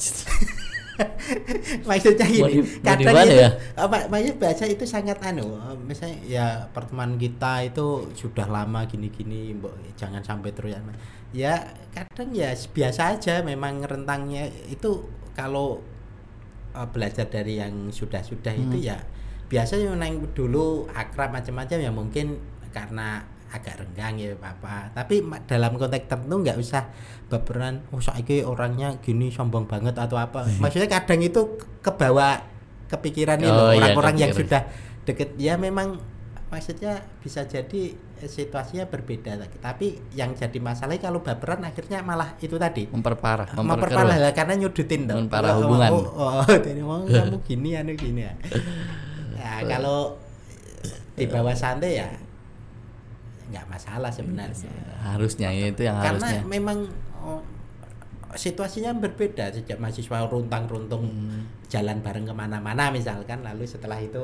Maksudnya ini kadang itu ya? Maksudnya bahasa itu sangat misalnya ya pertemanan kita itu sudah lama gini-gini, jangan sampai terus ya. Kadang ya biasa aja, memang rentangnya itu kalau belajar dari yang sudah itu ya biasanya yang dulu akrab macam-macam ya, mungkin karena agak renggang ya apa, tapi dalam konteks tertentu nggak usah baperan saiki orangnya gini sombong banget atau apa. Maksudnya kadang itu kebawa kepikiran orang-orang yang sudah deket ya, memang maksudnya bisa jadi situasinya berbeda, tapi yang jadi masalah kalau baperan akhirnya malah itu tadi memperparah karena nyudutin dong, memperparah hubungan. Kamu gini ya. Ya kalau di bawah santai ya nggak masalah sebenarnya. Harusnya itu yang harusnya. Karena memang situasinya berbeda, sejak mahasiswa runtang-runtung jalan bareng kemana-mana misalkan, lalu setelah itu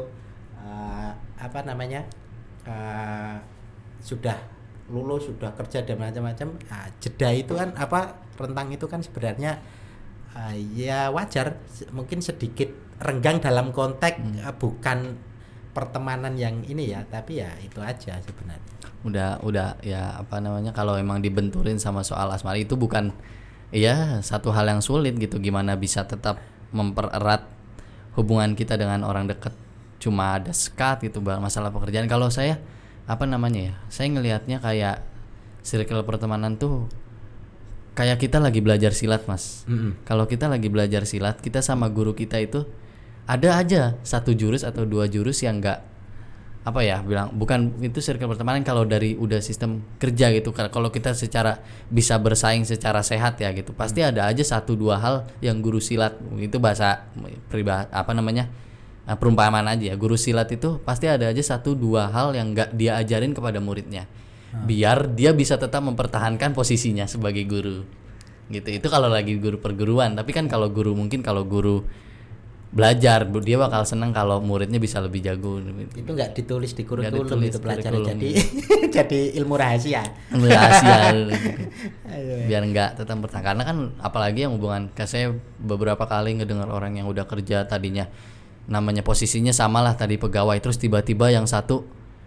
sudah lulus, sudah kerja dan macam-macam. Jeda itu kan rentang itu kan sebenarnya ya wajar, mungkin sedikit renggang dalam konteks bukan pertemanan yang ini ya, tapi ya itu aja sebenarnya. Udah ya kalau emang dibenturin sama soal asmara itu bukan iya satu hal yang sulit gitu, gimana bisa tetap mempererat hubungan kita dengan orang dekat cuma ada sekat gitu masalah pekerjaan. Kalau saya apa namanya ya, saya ngelihatnya kayak circle pertemanan tuh kayak kita lagi belajar silat Mas. Kalau kita lagi belajar silat, kita sama guru kita itu ada aja satu jurus atau dua jurus yang enggak apa ya bilang, bukan itu circle pertemanan kalau dari udah sistem kerja gitu. Kalau kita secara bisa bersaing secara sehat ya gitu, pasti ada aja satu dua hal yang guru silat itu bahasa apa namanya perumpamaan aja ya, guru silat itu pasti ada aja satu dua hal yang nggak dia ajarin kepada muridnya biar dia bisa tetap mempertahankan posisinya sebagai guru gitu. Itu kalau lagi guru perguruan. Tapi kan kalau guru, mungkin kalau guru belajar dia bakal seneng kalau muridnya bisa lebih jago. Itu nggak ditulis di kurikulum, itu pelajaran jadi jadi ilmu rahasia. Ilmu rahasia biar nggak tetap bertahan. Karena kan apalagi yang hubungan, saya beberapa kali ngedengar orang yang udah kerja tadinya namanya posisinya sama lah tadi pegawai, terus tiba-tiba yang satu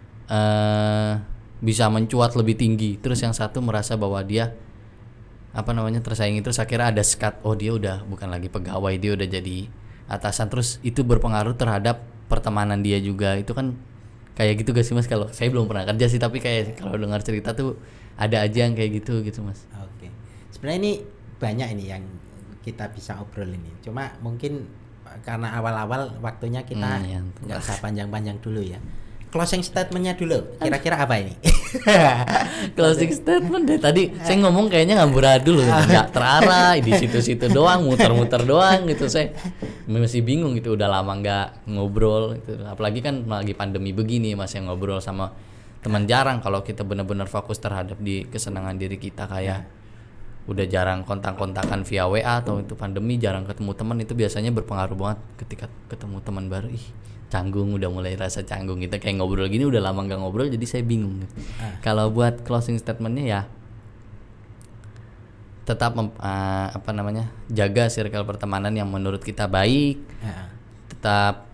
bisa mencuat lebih tinggi, terus yang satu merasa bahwa dia apa namanya tersaingi, terus akhirnya ada sekat, oh dia udah bukan lagi pegawai, dia udah jadi atasan, terus itu berpengaruh terhadap pertemanan dia juga. Itu kan kayak gitu gak sih Mas? Kalau saya belum pernah kerja sih, tapi kayak kalau dengar cerita tuh ada aja yang kayak gitu Mas. Oke. Sebenarnya ini banyak ini yang kita bisa obrolin ini. Cuma mungkin karena awal-awal waktunya kita nggak usah panjang-panjang dulu ya. Closing statementnya dulu, kira-kira apa ini? Closing statement deh tadi saya ngomong kayaknya ngambur dulu, nggak terarah di situ-situ doang, muter-muter doang gitu. Saya masih bingung gitu, udah lama nggak ngobrol gitu. Apalagi kan lagi pandemi begini, masih ngobrol sama teman jarang. Kalau kita benar-benar fokus terhadap di kesenangan diri kita, kayak udah jarang kontak-kontakan via WA atau itu pandemi jarang ketemu teman, itu biasanya berpengaruh banget ketika ketemu teman baru. Canggung, udah mulai rasa canggung gitu, kayak ngobrol gini udah lama nggak ngobrol, jadi saya bingung gitu. Kalau buat closing statementnya ya tetap apa namanya jaga circle pertemanan yang menurut kita baik. Tetap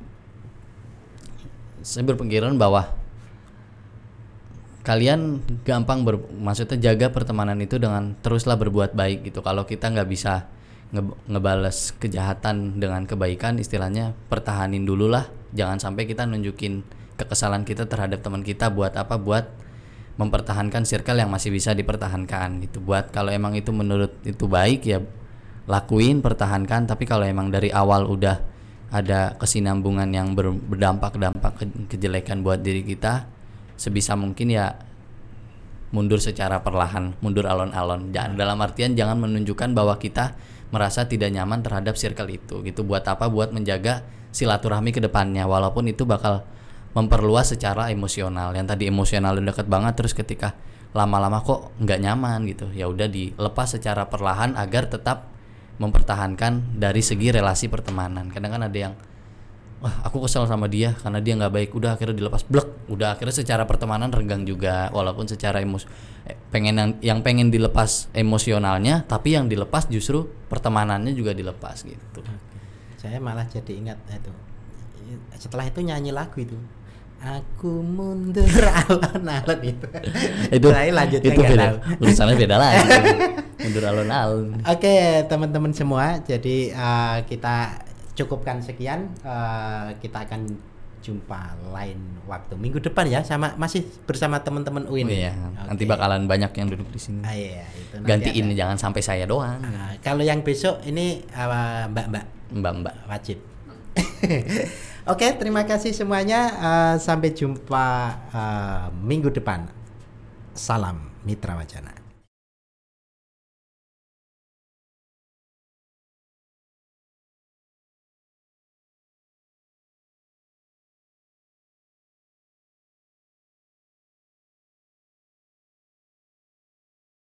saya berpikiran bahwa kalian gampang maksudnya jaga pertemanan itu dengan teruslah berbuat baik gitu. Kalau kita nggak bisa ngebales kejahatan dengan kebaikan, istilahnya pertahanin dulu lah. Jangan sampai kita nunjukin kekesalan kita terhadap teman kita buat apa, buat mempertahankan circle yang masih bisa dipertahankan gitu. Buat kalau emang itu menurut itu baik ya lakuin, pertahankan. Tapi kalau emang dari awal udah ada kesinambungan yang berdampak kejelekan buat diri kita, sebisa mungkin ya mundur secara perlahan, mundur alon-alon. Dalam artian jangan menunjukkan bahwa kita merasa tidak nyaman terhadap circle itu gitu. Buat apa? Buat menjaga silaturahmi ke depannya, walaupun itu bakal memperluas secara emosional. Yang tadi emosional udah deket banget, terus ketika lama-lama kok nggak nyaman gitu, ya udah dilepas secara perlahan agar tetap mempertahankan dari segi relasi pertemanan. Kadang kan ada yang wah aku kesel sama dia karena dia nggak baik, udah akhirnya dilepas blek, udah akhirnya secara pertemanan renggang juga, walaupun secara pengen yang pengen dilepas emosionalnya, tapi yang dilepas justru pertemanannya juga dilepas gitu. Saya malah jadi ingat itu, setelah itu nyanyi lagu itu, aku mundur alon-alon itu saya lanjutnya itu beda, tahu. urusannya beda lagi. Mundur alon-alon. Oke, teman-teman semua, jadi kita cukupkan sekian. Kita akan jumpa lain waktu minggu depan ya, sama masih bersama teman-teman UIN. Iya, nanti bakalan banyak yang duduk di sini. Iya, itu gantiin, jangan sampai saya doang. Kalau yang besok ini mbak wajib. Oke, terima kasih semuanya. Sampai jumpa minggu depan. Salam Mitra Wacana.